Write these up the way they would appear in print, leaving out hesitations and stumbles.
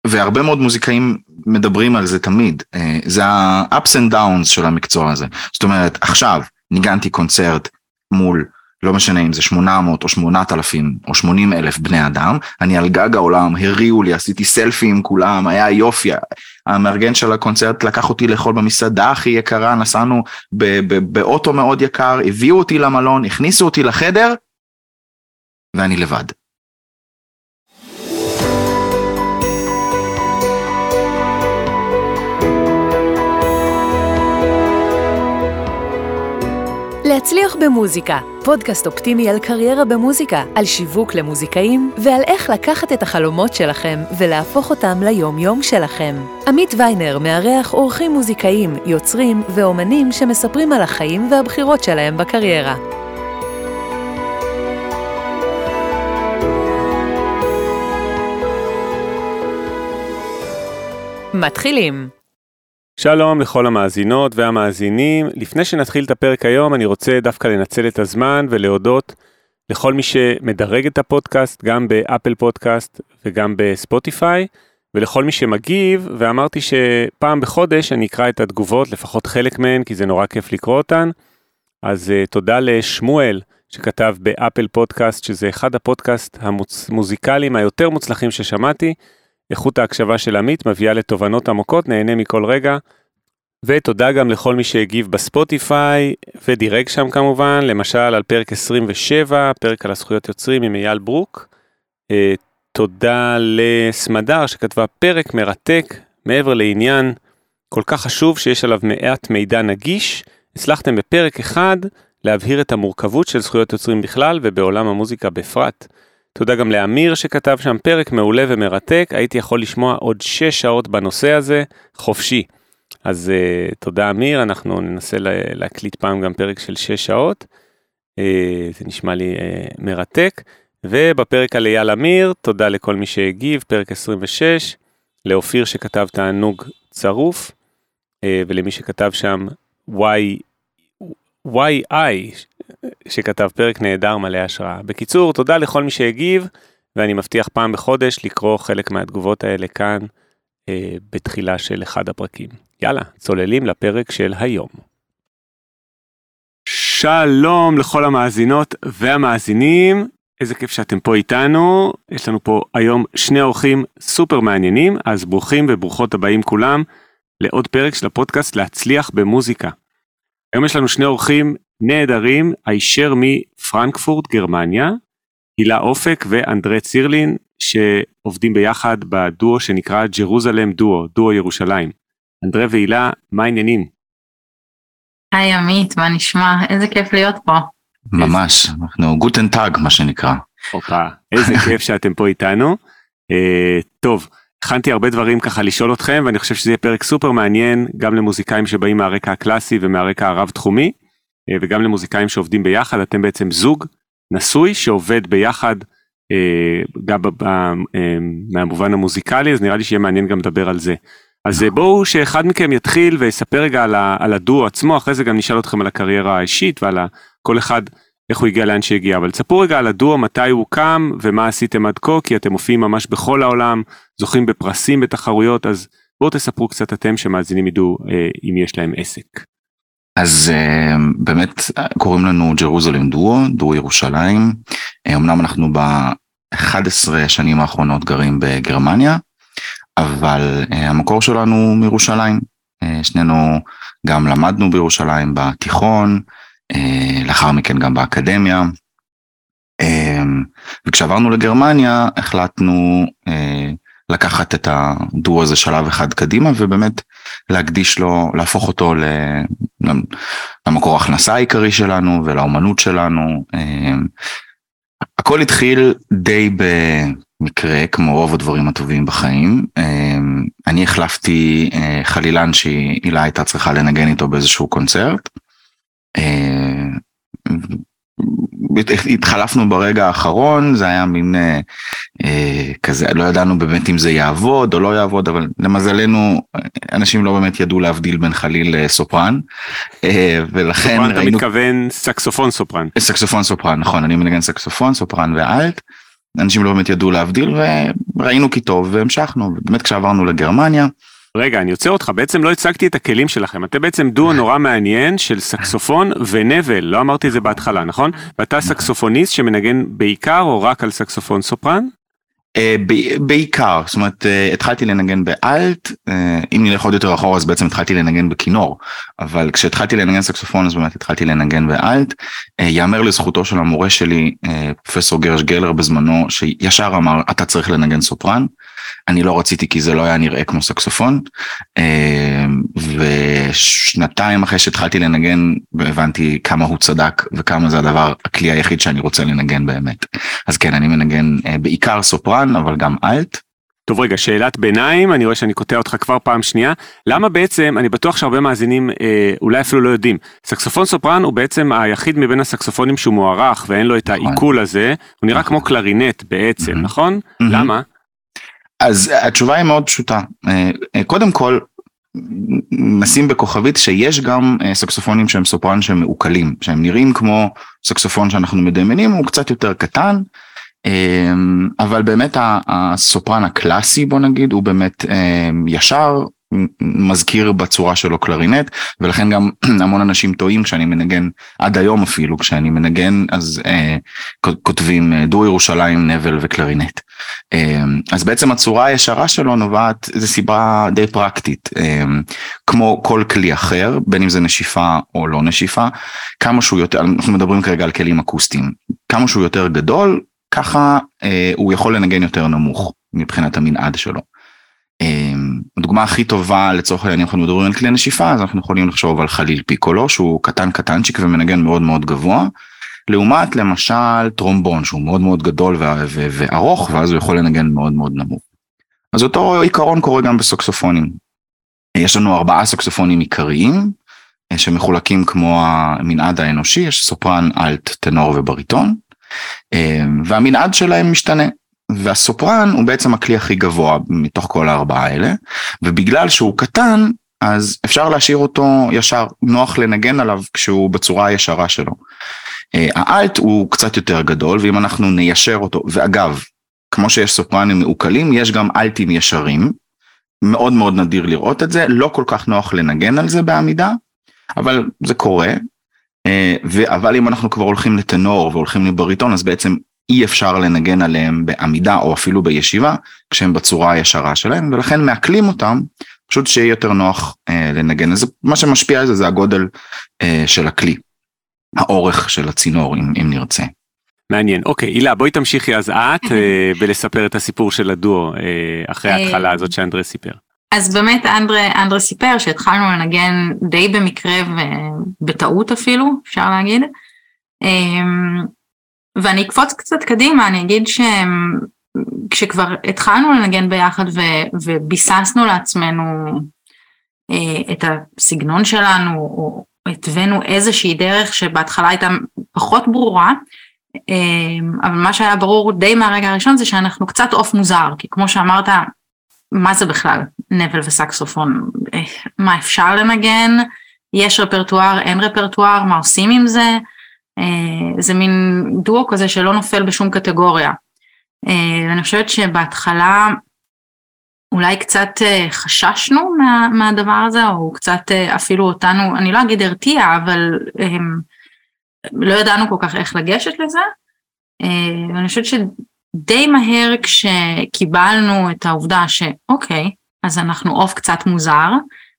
והרבה מאוד מוזיקאים מדברים על זה תמיד, זה ה-ups and downs של המקצוע הזה, זאת אומרת, עכשיו ניגנתי קונצרט מול, לא משנה אם זה 800 או 8,000 או 80,000 בני אדם, אני על גג העולם, הריעו לי, עשיתי סלפי עם כולם, היה יופי, המארגן של הקונצרט לקח אותי לאכול במסעדה הכי יקרה, נסענו באוטו מאוד יקר, הביאו אותי למלון, הכניסו אותי לחדר, ואני לבד. להצליח במוזיקה, פודקאסט אופטימי על קריירה במוזיקה, על שיווק למוזיקאים ועל איך לקחת את החלומות שלכם ולהפוך אותם ליום-יום שלכם. עמית ויינר מארח אורחים מוזיקאים, יוצרים ואומנים שמספרים על החיים והבחירות שלהם בקריירה. מתחילים. שלום לכל המאזינות והמאזינים. לפני שנתחיל את הפרק היום, אני רוצה דווקא לנצל את הזמן ולהודות לכל מי שמדרג את הפודקאסט, גם באפל פודקאסט וגם בספוטיפיי, ולכל מי שמגיב, ואמרתי שפעם בחודש אני אקרא את התגובות, לפחות חלק מהן, כי זה נורא כיף לקרוא אותן. אז תודה לשמואל שכתב באפל פודקאסט, שזה אחד הפודקאסט המוזיקליים היותר מוצלחים ששמעתי, איכות ההקשבה של עמית מביאה לתובנות עמוקות, נהנה מכל רגע, ותודה גם לכל מי שהגיב בספוטיפיי, ודירג שם כמובן, למשל על פרק 27, פרק על הזכויות יוצרים עם אייל ברוק, תודה לסמדר שכתבה פרק מרתק, מעבר לעניין כל כך חשוב שיש עליו מעט מידע נגיש, הצלחתם בפרק אחד להבהיר את המורכבות של זכויות יוצרים בכלל, ובעולם המוזיקה בפרט. תודה גם לאמיר שכתב שם פרק מעולה ומרתק, הייתי יכול לשמוע עוד 6 שעות בנושא הזה, חופשי. אז תודה אמיר, אנחנו ננסה להקליט פעם גם פרק של 6 שעות, זה נשמע לי מרתק, ובפרק על אייל אמיר, תודה לכל מי שהגיב, פרק 26, לאופיר שכתב תענוג צרוף, ולמי שכתב שם YI, שכתב פרק נהדר מלא השראה. בקיצור, תודה לכל מי שהגיב, ואני מבטיח פעם בחודש לקרוא חלק מהתגובות האלה כאן, בתחילה של אחד הפרקים. יאללה, צוללים לפרק של היום. שלום לכל המאזינות והמאזינים, איזה כיף שאתם פה איתנו, יש לנו פה היום 2 אורחים סופר מעניינים, אז ברוכים וברוכות הבאים כולם, לעוד פרק של הפודקאסט להצליח במוזיקה. היום יש לנו 2 אורחים נהדרים, הישר מפרנקפורט, גרמניה, הילה אופק ואנדרי צירלין, שעובדים ביחד בדואו שנקרא ג'רוזלם דואו ירושלים. אנדרי והילה, מה העניינים? היי עמית, מה נשמע? איזה כיף להיות פה. ממש, אנחנו גוטן טאג, מה שנקרא. אופה, איזה כיף שאתם פה איתנו. טוב, הכנתי הרבה דברים ככה לשאול אתכם, ואני חושב שזה יהיה פרק סופר מעניין, גם למוזיקאים שבאים מהרקע הקלאסי ומהרקע הרב-תחומי, וגם למוזיקאים שעובדים ביחד. אתם בעצם זוג נשוי שעובד ביחד, גם מהמובן המוזיקלי, אז נראה לי שיהיה מעניין גם לדבר על זה. אז בואו שאחד מכם יתחיל ויספר רגע על הדואו עצמו, אחרי זה גם נשאל אתכם על הקריירה האישית ועל כל אחד איך הוא הגיע לאן שהגיע, אבל תספרו רגע על הדואו, מתי הוא קם ומה עשיתם עד כה, כי אתם מופיעים ממש בכל העולם, זוכים בפרסים בתחרויות, אז בואו תספרו קצת אתם שמאזינים ידעו אם יש להם עסק. אז באמת קוראים לנו ג'רוזלם דואו ירושלים, אמנם אנחנו ב-11 השנים האחרונות גרים בגרמניה, אבל המקור שלנו מירושלים, שנינו גם למדנו בירושלים בתיכון, לאחר מכן גם באקדמיה, וכשעברנו לגרמניה החלטנו לקחת את הדואו הזה שלב אחד קדימה, ובאמת להקדיש לו, להפוך אותו למקור ההכנסה העיקרי שלנו ולאומנות שלנו. הכל התחיל די במקרה, כמו רוב הדברים הטובים בחיים. אני החלפתי חלילן שהילה הייתה צריכה לנגן איתו באיזשהו קונצרט. התחלפנו ברגע האחרון, זה היה מין כזה, לא ידענו באמת אם זה יעבוד או לא יעבוד, אבל למזלנו אנשים לא באמת ידעו להבדיל בין חליל לסופרן, ולכן סופרן, אתה מתכוון סקסופון סופרן. סקסופון סופרן, נכון, אני מנגן סקסופון, סופרן ואלט, אנשים לא באמת ידעו להבדיל, וראינו כי טוב, והמשכנו, ובאמת כשעברנו לגרמניה. רגע, אני יוצא אותך, בעצם לא הצגתי את הכלים שלכם, אתם בעצם דואו נורא מעניין של סקסופון ונבל, לא אמרתי את זה בהתחלה, נכון? ואתה סקסופוניסט שמנגן בעיקר או רק על סקסופון סופרן? בעיקר, זאת אומרת, התחלתי לנגן באלט, אם נלך עוד יותר אחורה, אז בעצם התחלתי לנגן בכינור, אבל כשהתחלתי לנגן סקסופון, אז באמת התחלתי לנגן באלט, יאמר לזכותו של המורה שלי, פרופסור גרש גלר בזמנו, שישר אמר, אתה צריך לנגן סופרן, אני לא רציתי כי זה לא היה נראה כמו סקסופון, ושנתיים אחרי שהתחלתי לנגן, הבנתי כמה הוא צדק, וכמה זה הדבר, הכלי היחיד שאני רוצה לנגן באמת. אז כן, אני מנגן בעיקר סופרן, אבל גם אלט. טוב רגע, שאלת ביניים, אני רואה שאני קוטע אותך כבר פעם שנייה, למה בעצם, אני בטוח שהרבה מאזינים אולי אפילו לא יודעים, סקסופון סופרן הוא בעצם היחיד מבין הסקסופונים שהוא מוערך, ואין לו את העיכול הזה, הוא נראה כמו קלרינט בעצם, נכון? למה? אז התשובה היא מאוד פשוטה. קודם כל, נשים בכוכבית שיש גם סקסופונים שהם סופרן שהם מעוקלים, שהם נראים כמו סקסופון שאנחנו מדמיינים, הוא קצת יותר קטן, אבל באמת הסופרן הקלאסי, בוא נגיד, הוא באמת ישר, מזכיר בצורה שלו קלרינט, ולכן גם המון אנשים טועים כשאני מנגן, עד היום אפילו, כשאני מנגן, אז כותבים דו ירושלים, נבל וקלרינט. אז בעצם הצורה הישרה שלו נובעת, זו סיבה די פרקטית, כמו כל כלי אחר, בין אם זה נשיפה או לא נשיפה, כמה שהוא יותר, אנחנו מדברים כרגע על כלים אקוסטיים, כמה שהוא יותר גדול, ככה הוא יכול לנגן יותר נמוך, מבחינת המנעד שלו. הדוגמה הכי טובה לצורך העניין, אנחנו מדברים על כלי נשיפה, אז אנחנו יכולים לחשוב על חליל פיקולו, שהוא קטן קטנצ'יק ומנגן מאוד מאוד גבוה, לעומת למשל טרומבון, שהוא מאוד מאוד גדול וארוך, ואז הוא יכול לנגן מאוד מאוד נמוך. אז אותו עיקרון קורה גם בסקסופונים. יש לנו 4 סקסופונים עיקריים, שמחולקים כמו המנעד האנושי, יש סופרן, אלט, טנור ובריטון, והמנעד שלהם משתנה. והסופרן הוא בעצם הכלי הכי גבוה מתוך כל 4 האלה, ובגלל שהוא קטן, אז אפשר להשאיר אותו ישר, נוח לנגן עליו כשהוא בצורה הישרה שלו. האלט הוא קצת יותר גדול, ואם אנחנו ניישר אותו, ואגב, כמו שיש סופרנים מעוקלים, יש גם אלטים ישרים, מאוד מאוד נדיר לראות את זה, לא כל כך נוח לנגן על זה בעמידה, אבל זה קורה, אבל אם אנחנו כבר הולכים לטנור והולכים לבריטון, אז בעצם אי אפשר לנגן עליהם בעמידה או אפילו בישיבה, כשהם בצורה הישרה שלהם, ולכן מעכלים אותם, פשוט שיהיה יותר נוח לנגן. אז מה שמשפיע על זה, זה הגודל של הכלי, האורך של הצינור, אם נרצה. מעניין. אוקיי, אילה, בואי תמשיכי אז את, ולספר את הסיפור של הדואו, אחרי ההתחלה הזאת שאנדרה סיפר. אז באמת אנדרה סיפר שהתחלנו לנגן די במקרה ובטעות אפילו, אפשר להגיד. ואני אקפוץ קצת קדימה, אני אגיד שכשכבר התחלנו לנגן ביחד וביססנו לעצמנו את הסגנון שלנו, או התווינו איזושהי דרך שבהתחלה הייתה פחות ברורה, אבל מה שהיה ברור די מהרגע הראשון זה שאנחנו קצת אוף מוזר, כי כמו שאמרת, מה זה בכלל נבל וסקסופון? מה אפשר לנגן? יש רפרטואר, אין רפרטואר, מה עושים עם זה? זה מין דואו כזה שלא נופל בשום קטגוריה. ואני חושבת שבהתחלה אולי קצת חששנו מהדבר הזה, או קצת אפילו אותנו, אני לא אגיד הרתיע, אבל לא ידענו כל כך איך לגשת לזה. ואני חושבת שדי מהר כשקיבלנו את העובדה שאוקיי, אז אנחנו אוף קצת מוזר,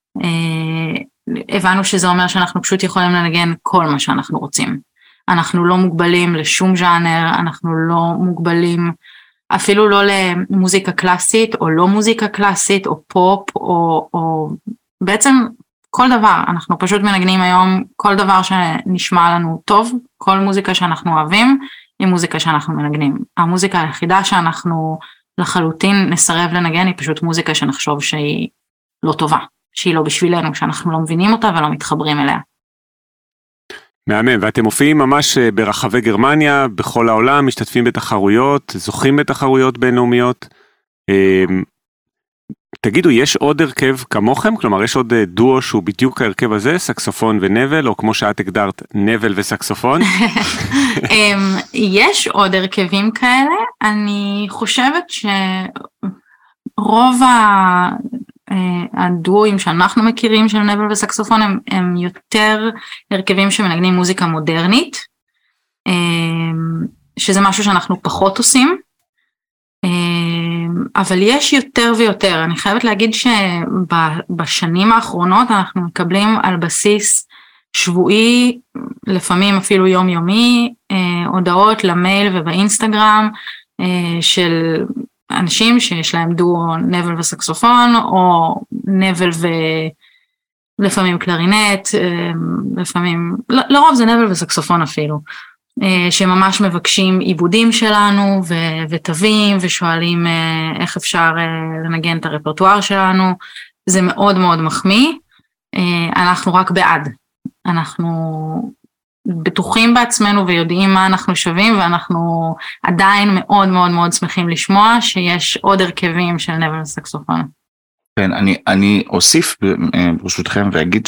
הבנו שזה אומר שאנחנו פשוט יכולים לנגן כל מה שאנחנו רוצים. אנחנו לא מוגבלים לשום ז'אנר, אנחנו לא מוגבלים אפילו לא למוזיקה קלאסית, או לא מוזיקה קלאסית, או פופ, או בעצם כל דבר. אנחנו פשוט מנגנים היום כל דבר שנשמע לנו טוב, כל מוזיקה שאנחנו אוהבים, היא מוזיקה שאנחנו מנגנים. המוזיקה היחידה שאנחנו לחלוטין נסרב לנגן, היא פשוט מוזיקה שנחשוב שהיא לא טובה, שהיא לא בשבילנו, שאנחנו לא מבינים אותה ולא מתחברים אליה. מהמם, ואתם מופיעים ממש ברחבי גרמניה, בכל העולם, משתתפים בתחרויות, זוכים בתחרויות בינלאומיות. תגידו, יש עוד הרכב כמוכם? כלומר, יש עוד דואו שהוא בדיוק ההרכב הזה, סקסופון ונבל, או כמו שאת הגדרת, נבל וסקסופון? יש עוד הרכבים כאלה. אני חושבת שרוב הדואוים שאנחנו מכירים של נבל וסקסופון הם יותר הרכבים שמנגנים מוזיקה מודרנית, שזה משהו שאנחנו פחות עושים. אבל יש יותר ויותר. אני חייבת להגיד שבשנים האחרונות אנחנו מקבלים על בסיס שבועי, לפעמים אפילו יומיומי, הודעות למייל ובאינסטגרם של אנשים שיש להם דואו נבל וסקסופון, או נבל ולפעמים קלרינט, לפעמים, לרוב זה נבל וסקסופון אפילו. שממש מבקשים עיבודים שלנו ותווים ושואלים איך אפשר לנגן את הרפרטואר שלנו. זה מאוד מאוד מחמיא. אנחנו רק בעד. אנחנו בטוחים בעצמנו ויודעים מה אנחנו שווים, ואנחנו עדיין מאוד מאוד מאוד שמחים לשמוע שיש עוד הרכבים של נבל וסקסופון. כן, אני אוסיף ברשותכם ואגיד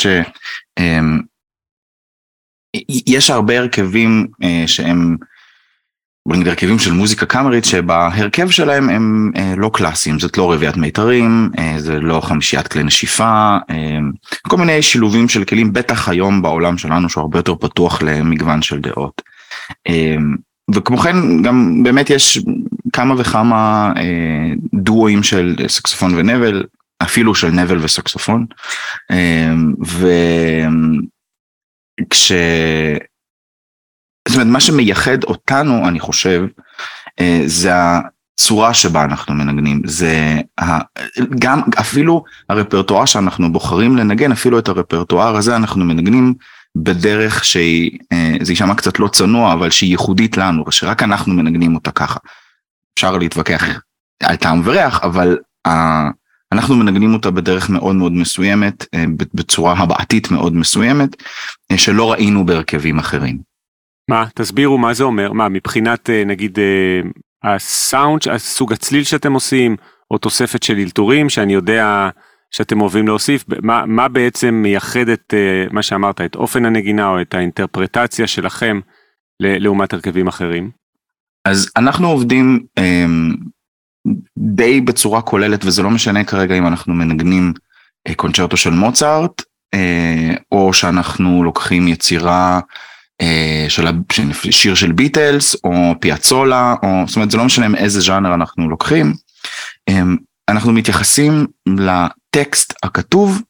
יש הרבה הרכבים שהם, בוא נגיד הרכבים של מוזיקה קאמרית, שבהרכב שלהם הם לא קלאסיים, זאת לא רביעת מיתרים, זה לא חמישיית כלי נשיפה, כל מיני שילובים של כלים, בטח היום בעולם שלנו שהוא הרבה יותר פתוח למגוון של דעות. וכמו כן גם באמת יש כמה וכמה דואואים של סקסופון ונבל, אפילו של נבל וסקסופון, זאת אומרת, מה שמייחד אותנו, אני חושב, זה הצורה שבה אנחנו מנגנים, זה גם אפילו הרפרטואר שאנחנו בוחרים לנגן, אפילו את הרפרטואר הזה אנחנו מנגנים בדרך שהיא, זה יישמע קצת לא צנוע, אבל שהיא ייחודית לנו, שרק אנחנו מנגנים אותה ככה. אפשר להתווכח על טעם וריח, אבל אנחנו מנגנים אותה בדרך מאוד מאוד מסוימת, בצורה הבעתית מאוד מסוימת, שלא ראינו בהרכבים אחרים. מה? תסבירו מה זה אומר. מה, מבחינת נגיד הסאונד, הסוג הצליל שאתם עושים, או תוספת של אלתורים, שאני יודע שאתם אוהבים להוסיף, מה בעצם מייחד את מה שאמרת, את אופן הנגינה, או את האינטרפרטציה שלכם, לעומת הרכבים אחרים? אז אנחנו עובדים די בצורה כוללת, וזה לא משנה כרגע אם אנחנו מנגנים קונצ'רטו של מוצרט, או שאנחנו לוקחים יצירה של שיר של ביטלס, או פיאצולה, זאת אומרת, זה לא משנה איזה ז'אנר אנחנו לוקחים, אנחנו מתייחסים לטקסט הכתוב,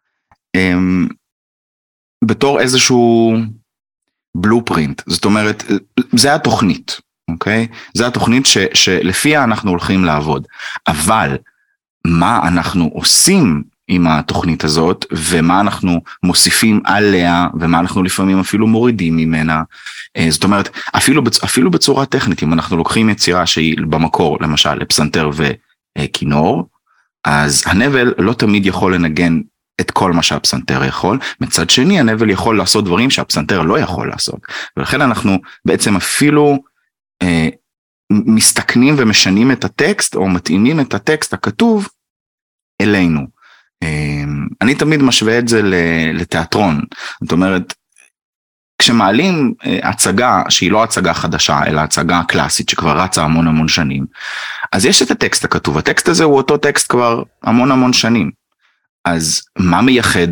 בתור איזשהו בלופרינט, זאת אומרת, זה התוכנית, אוקיי? זה התוכנית שלפיה אנחנו הולכים לעבוד, אבל מה אנחנו עושים עם התוכנית הזאת, ומה אנחנו מוסיפים עליה, ומה אנחנו לפעמים אפילו מורידים ממנה, זאת אומרת, אפילו בצורה טכנית, אם אנחנו לוקחים יצירה שהיא במקור, למשל, לפסנתר וכינור, אז הנבל לא תמיד יכול לנגן את כל מה שהפסנתר יכול, מצד שני הנבל יכול לעשות דברים שהפסנתר לא יכול לעשות, ולכן אנחנו בעצם אפילו מסתכנים ומשנים את הטקסט, או מתאימים את הטקסט הכתוב אלינו. אני תמיד משווה את זה לתיאטרון, זאת אומרת, כשמעלים הצגה שהיא לא הצגה חדשה, אלא הצגה קלאסית שכבר רצה המון המון שנים, אז יש את הטקסט הכתוב, הטקסט הזה הוא אותו טקסט כבר המון המון שנים, אז מה מייחד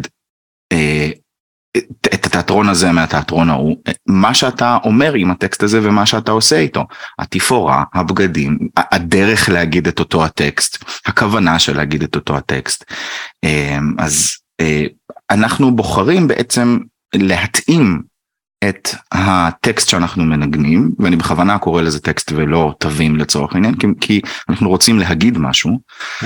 את התיאטרון הזה מהתיאטרון ההוא? מה שאתה אומר עם הטקסט הזה ומה שאתה עושה איתו, התפאורה, הבגדים, הדרך להגיד את אותו הטקסט, הכוונה של להגיד את אותו הטקסט. אז אנחנו בוחרים בעצם להתאים את הטקסט שאנחנו מנגנים, ואני בכוונה קורא לזה טקסט ולא תווים לצורך העניין, כי אנחנו רוצים להגיד משהו,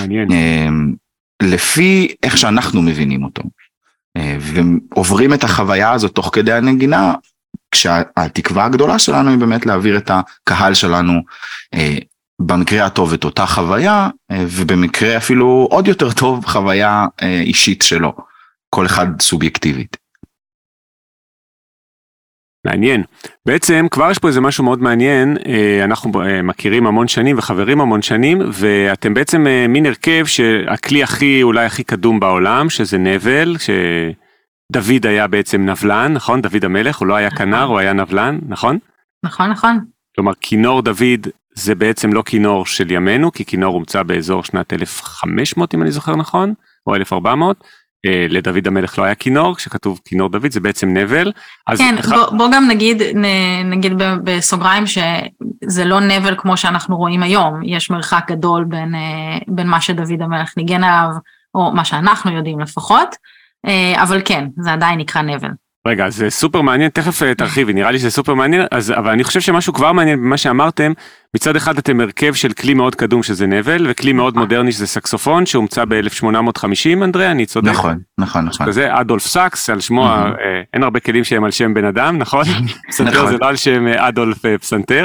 לפי איך שאנחנו מבינים אותו. ועוברים את החוויה הזאת תוך כדי הנגינה, כשהתקווה הגדולה שלנו היא באמת להעביר את הקהל שלנו, במקרה הטוב את אותה חוויה, ובמקרה אפילו עוד יותר טוב חוויה אישית שלו, כל אחד סובייקטיבית. מעניין. בעצם כבר יש פה איזה משהו מאוד מעניין, אנחנו מכירים המון שנים וחברים המון שנים, ואתם בעצם מין הרכב שהכלי אולי הכי קדום בעולם, שזה נבל, שדוד היה בעצם נבלן, נכון? דוד המלך, הוא לא היה כנר, הוא היה נבלן, נכון? נכון, נכון. כלומר, כינור דוד זה בעצם לא כינור של ימינו, כי כינור הומצא באזור שנת 1500, אם אני זוכר נכון, או 1400, לדוד המלך לא היה כינור, כשכתוב כינור דוד זה בעצם נבל. כן, בוא גם נגיד בסוגריים שזה לא נבל כמו שאנחנו רואים היום, יש מרחק גדול בין מה שדוד המלך ניגן עליו, או מה שאנחנו יודעים לפחות, אבל כן, זה עדיין נקרא נבל. רגע, זה סופר מעניין, תכף תרחיבי, נראה לי שזה סופר מעניין, אבל אני חושב שמשהו כבר מעניין במה שאמרתם, מצד אחד אתם הרכב של כלי מאוד קדום שזה נבל, וכלי מאוד מודרני שזה סקסופון, שהומצא ב-1850, אנדריה, אני צודק? נכון. כזה, אדולף סקס, על שמו, אין הרבה כלים שהם על שם בן אדם, נכון? פסנתר זה לא על שם אדולף פסנתר.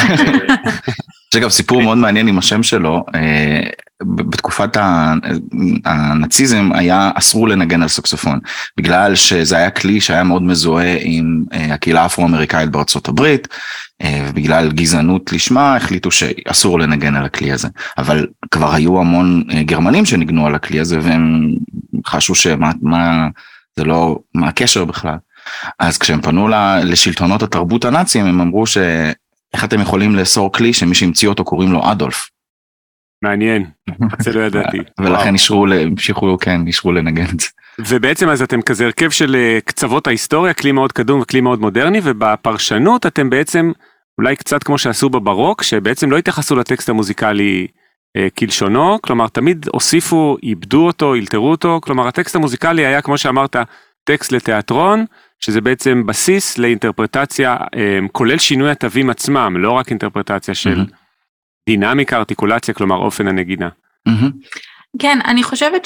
יש אגב סיפור מאוד מעניין עם השם שלו, בתקופת הנאציזם היה אסור לנגן על סקסופון, בגלל שזה היה כלי שהיה מאוד מזוהה עם הקהילה האפרו-אמריקאית בארצות הברית, ובגלל גזענות לשמה החליטו שאסור לנגן על הכלי הזה, אבל כבר היו המון גרמנים שניגנו על הכלי הזה, והם חשו מה הקשר בכלל. אז כשהם פנו לשלטונות התרבות הנאצים, הם אמרו איך אתם יכולים לאסור כלי שמי שהמציא אותו קוראים לו אדולף. מעניין, זה לא ידעתי. ולכן אישרו לנגן את זה. ובעצם אז אתם כזה הרכב של קצוות ההיסטוריה, כלי מאוד קדום וכלי מאוד מודרני, ובפרשנות אתם בעצם אולי קצת כמו שעשו בברוק, שבעצם לא התייחסו לטקסט המוזיקלי כלשונו, כלומר תמיד הוסיפו, איבדו אותו, אלתרו אותו, כלומר הטקסט המוזיקלי היה כמו שאמרת, טקסט לתיאטרון, שזה בעצם בסיס לאינטרפרטציה, כולל שינוי התווים עצמם, לא רק אינטרפרטציה של דינמיקה, ארטיקולציה, כלומר אופן הנגינה. כן, אני חושבת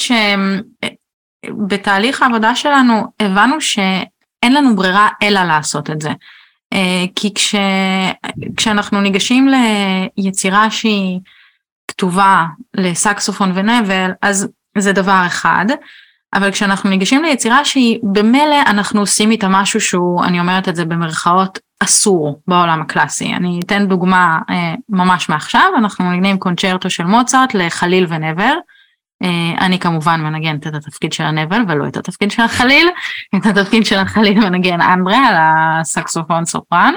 שבתהליך העבודה שלנו הבנו שאין לנו ברירה אלא לעשות את זה. כי כשאנחנו ניגשים ליצירה שהיא כתובה לסקסופון ונבל, אז זה דבר אחד, אבל כשאנחנו ניגשים ליצירה שהיא במילא אנחנו עושים איתה משהו שהוא, אני אומרת את זה במרכאות, אסור בעולם הקלאסי. אני אתן דוגמה ממש מעכשיו, אנחנו מנגנים קונצ'רטו של מוצרט לחליל ונבל, אני כמובן מנגנת את התפקיד של הנבל ולא את התפקיד של החליל, את התפקיד של החליל מנגן אנדרה על הסקסופון סופרן,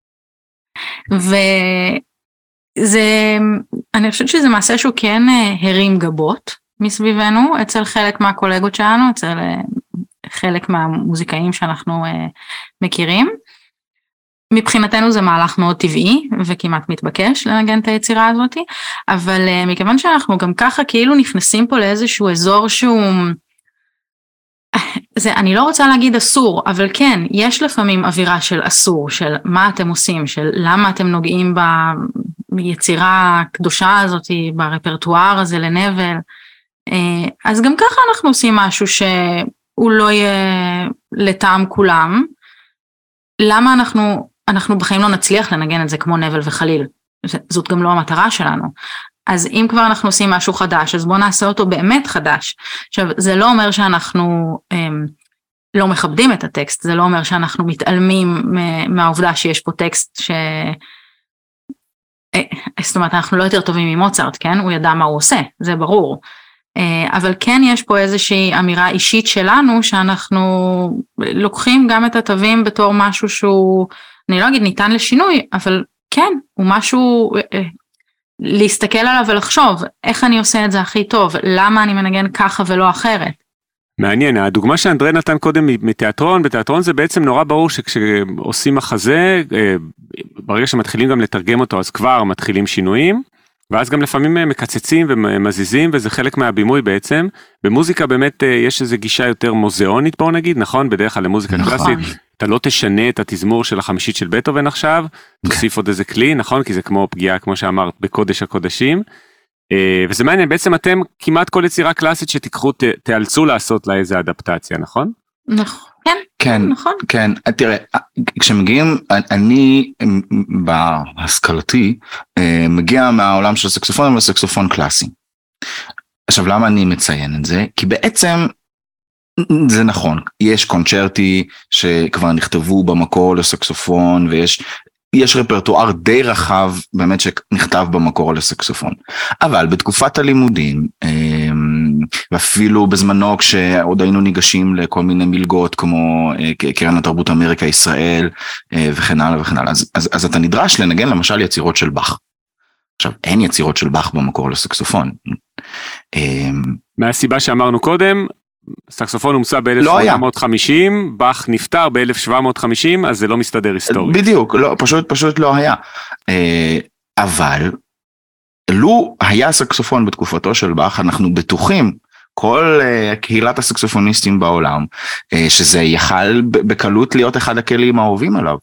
אני חושבת שזה מעשה שהוא כן הרים גבות מסביבנו, אצל חלק מהקולגות שלנו, אצל חלק מהמוזיקאים שאנחנו מכירים. מבחינתנו זה מהלך מאוד טבעי וכמעט מתבקש לנגן את היצירה הזאת, אבל מכיוון שאנחנו גם ככה כאילו נכנסים פה לאיזשהו אזור שהוא, אני לא רוצה להגיד אסור, אבל כן, יש לפעמים אווירה של אסור, של מה אתם עושים, של למה אתם נוגעים ביצירה הקדושה הזאת, ברפרטואר הזה לנבל, אז גם ככה אנחנו עושים משהו שהוא לא יהיה לטעם כולם. למה אנחנו בחיים לא נצליח לנגן את זה כמו נבל וחליל? זאת גם לא המטרה שלנו. אז אם כבר אנחנו עושים משהו חדש, אז בואו נעשה אותו באמת חדש. עכשיו, זה לא אומר שאנחנו לא מכבדים את הטקסט, זה לא אומר שאנחנו מתעלמים מהעובדה שיש פה טקסט זאת אומרת, אנחנו לא יותר טובים ממוצרט, כן? הוא ידע מה הוא עושה, זה ברור. אבל כן יש פה איזושהי אמירה אישית שלנו, שאנחנו לוקחים גם את התווים בתור משהו שהוא, אני לא אגיד ניתן לשינוי, אבל כן, הוא משהו להסתכל עליו ולחשוב, איך אני עושה את זה הכי טוב, למה אני מנגן ככה ולא אחרת. מעניין, הדוגמה שאנדרי נתן קודם מתיאטרון, בתיאטרון זה בעצם נורא ברור שכשעושים מחזה, ברגע שמתחילים גם לתרגם אותו, אז כבר מתחילים שינויים, ואז גם לפעמים מקצצים ומזיזים, וזה חלק מהבימוי בעצם. במוזיקה באמת יש איזו גישה יותר מוזיאונית, בואו נגיד, נכון? בדרך כלל למוזיקה קלאסית, אתה לא תשנה את התזמור של החמישית של בטהובן עכשיו, תוסיף עוד איזה כלי, נכון? כי זה כמו פגיעה, כמו שאמרת, בקודש הקודשים. וזה מעניין, בעצם אתם כמעט כל יצירה קלאסית שתיקחו, תאלצו לעשות לה איזה אדפטציה, נכון? נכון. כן, נכון. כן, תראה, כשמגיעים, אני בהשכלתי, מגיע מהעולם של סקסופון לסקסופון קלאסי. עכשיו, למה אני מציין את זה? כי בעצם זה נכון, יש קונצ'רטי שכבר נכתבו במקור לסקסופון, ויש רפרטואר די רחב באמת שנכתב במקור לסקסופון. אבל בתקופת הלימודים, ואפילו בזמנו כשעוד היינו ניגשים לכל מיני מלגות כמו קרן התרבות אמריקה ישראל, וכן הלאה וכן הלאה, אז אתה נדרש לנגן למשל יצירות של באך. עכשיו, אין יצירות של באך במקור לסקסופון. מהסיבה שאמרנו קודם, סקסופון הומצא ב-1850, באך נפטר ב-1750, אז זה לא מסתדר היסטורית. בדיוק, לא, פשוט לא היה. אבל, לו היה סקסופון בתקופתו של באך, אנחנו בטוחים, כל קהילת הסקסופוניסטים בעולם, שזה יכל בקלות להיות אחד הכלים האהובים עליו.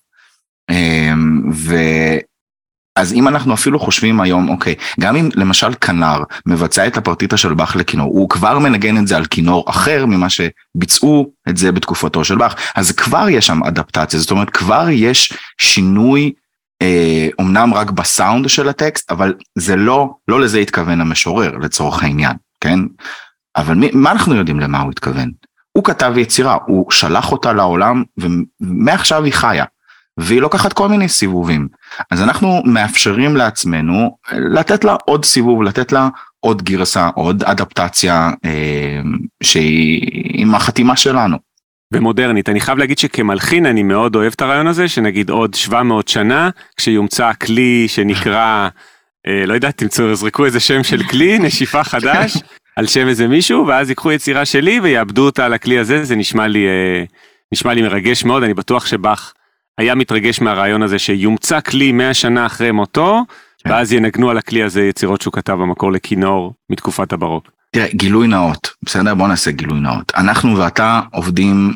אז אם אנחנו אפילו חושבים היום, אוקיי, גם אם למשל כנר מבצע את הפרטיטה של באך לכינור, הוא כבר מנגן את זה על כינור אחר ממה שביצעו את זה בתקופתו של באך, אז כבר יש שם אדפטציה, זאת אומרת כבר יש שינוי, אומנם רק בסאונד של הטקסט, אבל זה לא לזה התכוון המשורר לצורך העניין, כן? אבל מה אנחנו יודעים למה הוא התכוון? הוא כתב יצירה, הוא שלח אותה לעולם, ומעכשיו היא חיה. והיא לוקחת כל מיני סיבובים. אז אנחנו מאפשרים לעצמנו לתת לה עוד סיבוב, לתת לה עוד גרסה, עוד אדפטציה שהיא עם החתימה שלנו. ומודרנית. אני חייב להגיד שכמלחין אני מאוד אוהב את הרעיון הזה, שנגיד עוד 700 שנה, כשיומצא כלי שנקרא, לא יודעת, תזרקו איזה שם של כלי, נשיפה חדש, על שם איזה מישהו, ואז ייקחו יצירה שלי ויאבדו אותה על הכלי הזה, זה נשמע לי מרגש מאוד, אני בטוח שבאך היה מתרגש מהרעיון הזה שיומצא כלי 100 שנה אחרי מותו, ואז ינגנו על הכלי הזה יצירות שהוא כתב במקור לכינור מתקופת הברוק. תראה, גילוי נאות, בסדר? בוא נעשה גילוי נאות. אנחנו ואתה עובדים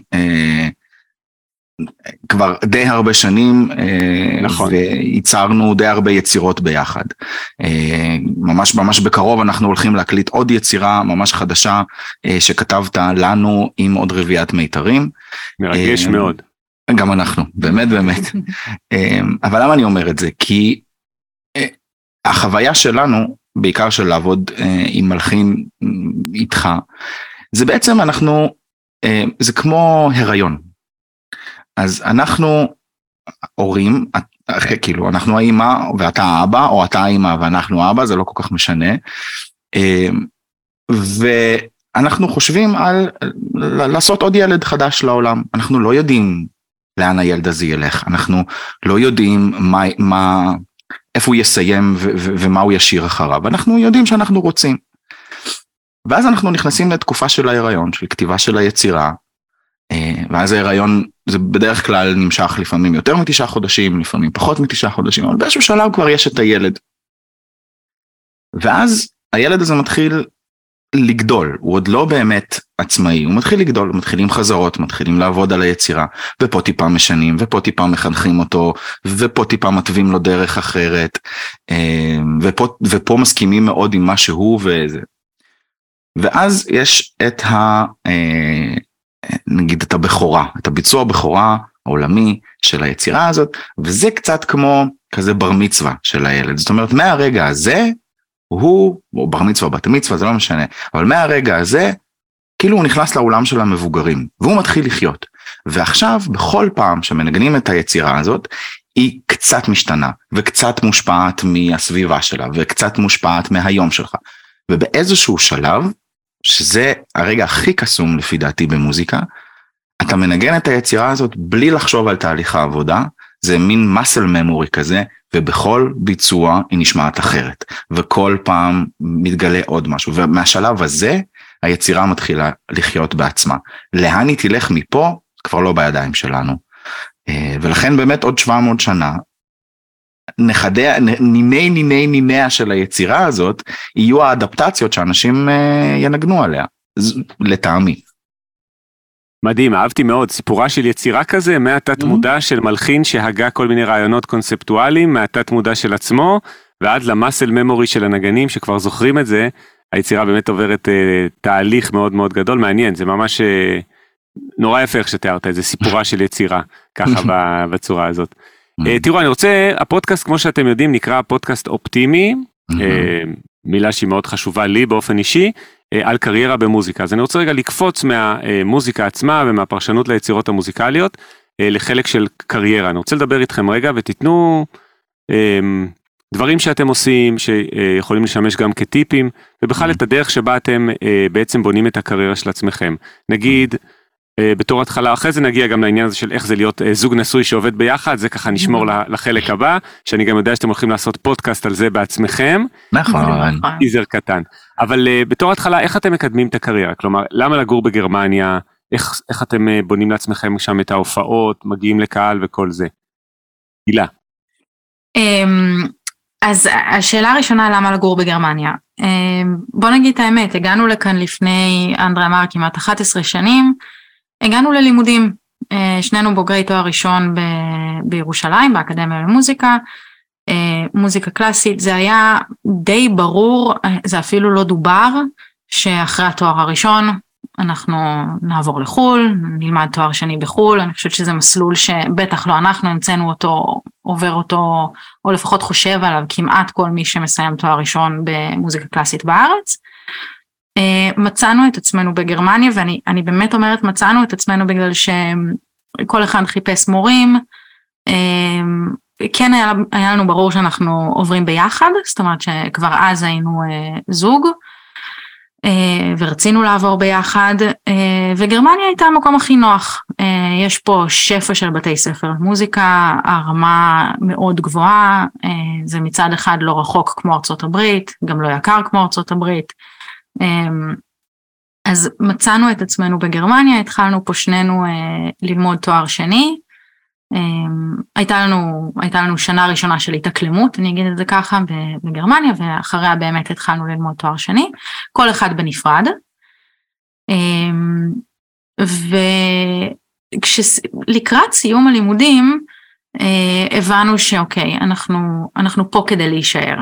כבר די הרבה שנים, נכון. וייצרנו די הרבה יצירות ביחד. ממש בקרוב אנחנו הולכים להקליט עוד יצירה ממש חדשה, שכתבת לנו עם עוד רביעת מיתרים. מרגש מאוד. גם אנחנו, באמת. אבל למה אני אומר את זה? כי החוויה שלנו, בעיקר של לעבוד עם מלחין איתך, זה בעצם זה כמו הריון. אז אנחנו הורים, כאילו אנחנו האמא ואתה האבא, או אתה האמא ואנחנו האבא, זה לא כל כך משנה. ואנחנו חושבים על לעשות עוד ילד חדש לעולם. אנחנו לא יודעים לאן הילד הזה ילך. אנחנו לא יודעים איפה הוא יסיים ומה הוא ישיר אחריו. אנחנו יודעים שאנחנו רוצים. ואז אנחנו נכנסים לתקופה של ההיריון, של כתיבה של היצירה, ואז ההיריון זה בדרך כלל נמשך לפעמים יותר מ9 חודשים, לפעמים פחות מ9 חודשים, אבל באיזשהו שלב כבר יש את הילד. ואז הילד הזה מתחיל לגדול, הוא עוד לא באמת עצמאי, הוא מתחיל לגדול, מתחילים חזרות, מתחילים לעבוד על היצירה, ופה טיפה משנים, ופה טיפה מחנכים אותו, ופה טיפה מטבים לו דרך אחרת, ופה מסכימים מאוד עם מה שהוא וזה. ואז יש נגיד את הבכורה, את הביצוע הבכורה העולמי של היצירה הזאת, וזה קצת כמו כזה בר מצווה של הילד. זאת אומרת, מהרגע הזה, או בר מצווה, בת מצווה, זה לא משנה, אבל מהרגע הזה, כאילו הוא נכנס לעולם של המבוגרים, והוא מתחיל לחיות. ועכשיו, בכל פעם שמנגנים את היצירה הזאת, היא קצת משתנה, וקצת מושפעת מהסביבה שלה, וקצת מושפעת מהיום שלך. ובאיזשהו שלב, שזה הרגע הכי קסום לפי דעתי במוזיקה, אתה מנגן את היצירה הזאת בלי לחשוב על תהליך העבודה, זה מין muscle memory כזה, ובכל ביצוע היא נשמעת אחרת, וכל פעם מתגלה עוד משהו, ומהשלב הזה היצירה מתחילה לחיות בעצמה. לאן היא תלך מפה, כבר לא בידיים שלנו. ולכן באמת עוד 700 שנה, ניני של היצירה הזאת, יהיו האדפטציות שאנשים ינגנו עליה, לטעמי. מדהים, אהבתי מאוד, סיפורה של יצירה כזה, מהתת מודע של מלחין שהגה כל מיני רעיונות קונספטואליים, מהתת מודע של עצמו, ועד למסל ממורי של הנגנים שכבר זוכרים את זה, היצירה באמת עוברת תהליך מאוד מאוד גדול, מעניין, זה ממש נורא יפה איך שתיארת, זה סיפורה של יצירה, ככה בצורה הזאת. תראו, אני רוצה, הפודקאסט כמו שאתם יודעים נקרא פודקאסט אופטימי, מילה שהיא מאוד חשובה לי באופן אישי, על קריירה במוזיקה. אז אני רוצה רגע לקפוץ מהמוזיקה עצמה ומהפרשנות ליצירות המוזיקליות לחלק של קריירה. אני רוצה לדבר איתכם רגע ותיתנו דברים שאתם עושים שיכולים לשמש גם כטיפים, ובכלל את הדרך שבה אתם בעצם בונים את הקריירה של עצמכם. נגיד, בתור התחלה, אחרי זה נגיע גם לעניין הזה של איך זה להיות זוג נשוי שעובד ביחד, זה ככה נשמור לחלק הבא, שאני גם יודע שאתם הולכים לעשות פודקאסט על זה בעצמכם. נכון. טיזר קטן. אבל בתור התחלה, איך אתם מקדמים את הקריירה? כלומר, למה לגור בגרמניה? איך אתם בונים לעצמכם שם את ההופעות, מגיעים לקהל וכל זה? הילה. אז השאלה הראשונה, למה לגור בגרמניה? בוא נגיד את האמת, הגענו לכאן לפני, אנדרי אמר, כמעט 11 שנים, הגענו ללימודים, שנינו בוגרי תואר ראשון בירושלים, באקדמיה למוזיקה, מוזיקה קלאסית, זה היה די ברור, זה אפילו לא דובר, שאחרי התואר הראשון, אנחנו נעבור לחול, נלמד תואר שני בחול, אני חושבת שזה מסלול שבטח לא אנחנו המצאנו אותו, עובר אותו, או לפחות חושב עליו כמעט כל מי שמסיים תואר ראשון במוזיקה קלאסית בארץ. מצאנו את עצמנו בגרמניה, ואני באמת אומרת מצאנו את עצמנו בגלל שכל אחד חיפש מורים, כן היה לנו ברור שאנחנו עוברים ביחד, זאת אומרת שכבר אז היינו זוג, ורצינו לעבור ביחד, וגרמניה הייתה המקום הכי נוח. יש פה שפע של בתי ספר מוזיקה, הרמה מאוד גבוהה, זה מצד אחד לא רחוק כמו ארצות הברית, גם לא יקר כמו ארצות הברית, אז מצאנו את עצמנו בגרמניה, התחלנו פה שנינו ללמוד תואר שני, הייתה לנו שנה ראשונה של התאקלמות, אני אגיד את זה ככה, בגרמניה, ואחריה באמת התחלנו ללמוד תואר שני, כל אחד בנפרד, ולקראת סיום הלימודים, הבנו שאוקיי, אנחנו פה כדי להישאר.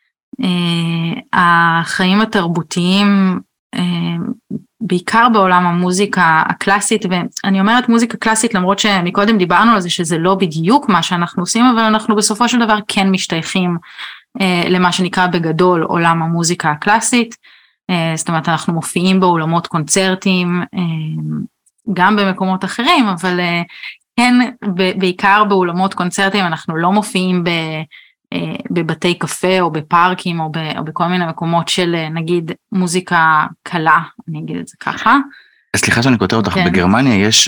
החיים התרבותיים, בעיקר בעולם המוזיקה הקלאסית, ואני אומרת מוזיקה קלאסית למרות שמקודם דיברנו על זה שזה לא בדיוק מה שאנחנו עושים, אבל אנחנו בסופו של דבר כן משתייכים למה שנקרא בגדול עולם המוזיקה הקלאסית, זאת אומרת אנחנו מופיעים באולמות קונצרטים, גם במקומות אחרים, אבל כן בעיקר באולמות קונצרטים אנחנו לא מופיעים בבתי קפה או בפארקים או בכל מיני מקומות של נגיד מוזיקה קלה, אני אגיד את זה ככה. סליחה שאני כותב אותך, בגרמניה יש,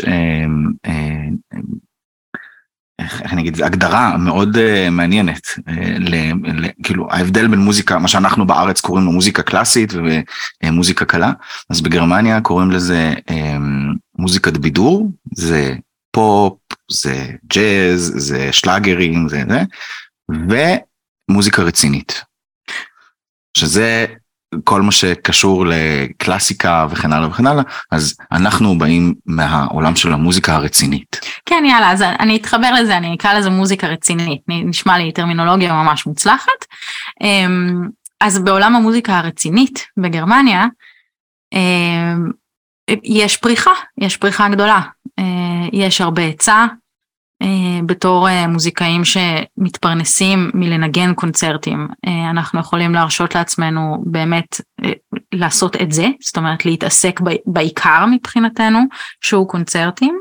איך אני אגיד, הגדרה מאוד מעניינת, כאילו ההבדל בין מוזיקה, מה שאנחנו בארץ קוראים לו מוזיקה קלאסית ומוזיקה קלה, אז בגרמניה קוראים לזה מוזיקת בידור, זה פופ, זה ג'אז, זה שלאגרים, זה זה, ומוזיקה רצינית, שזה כל מה שקשור לקלאסיקה וכן הלאה וכן הלאה, אז אנחנו באים מהעולם של המוזיקה הרצינית. כן, יאללה, אז אני אתחבר לזה, אני אקרא לזה מוזיקה רצינית, נשמע לי טרמינולוגיה ממש מוצלחת. אז בעולם המוזיקה הרצינית בגרמניה, יש פריחה גדולה, יש הרבה היצע, בתור מוזיקאים שמתפרנסים מלנגן קונצרטים, אנחנו יכולים להרשות לעצמנו באמת לעשות את זה, זאת אומרת להתעסק בעיקר מבחינתנו, שהוא קונצרטים,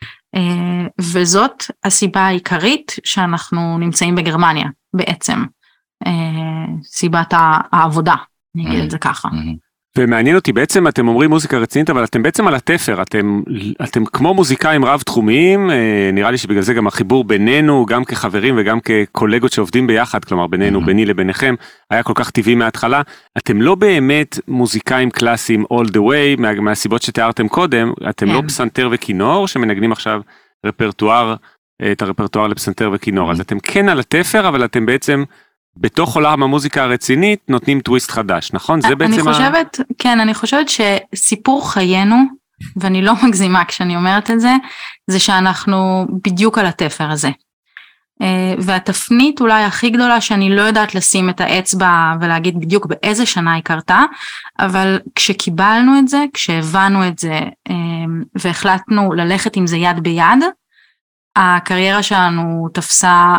וזאת הסיבה העיקרית שאנחנו נמצאים בגרמניה בעצם, סיבת העבודה, אני אגיד את זה ככה. ומעניין אותי, בעצם אתם אומרים מוזיקה רצינית, אבל אתם בעצם על התפר, אתם כמו מוזיקאים רב תחומיים, נראה לי שבגלל זה גם החיבור בינינו, גם כחברים וגם כקולגות שעובדים ביחד, כלומר בינינו, ביני לביניכם, היה כל כך טבעי מההתחלה, אתם לא באמת מוזיקאים קלאסיים all the way, מהסיבות שתיארתם קודם, אתם לא פסנתר וכינור, שמנגנים עכשיו את הרפרטואר לפסנתר וכינור, אז אתם כן על התפר, אבל אתם בעצם בתוך עולם המוזיקה הרצינית נותנים טוויסט חדש, נכון? זה בעצם אני חושבת שסיפור חיינו, ואני לא מגזימה כשאני אומרת את זה, זה שאנחנו בדיוק על התפר הזה. והתפנית אולי הכי גדולה שאני לא יודעת לשים את האצבע ולהגיד בדיוק באיזה שנה היא קרתה, אבל כשקיבלנו את זה, כשהבנו את זה, והחלטנו ללכת עם זה יד ביד, הקריירה שלנו תפסה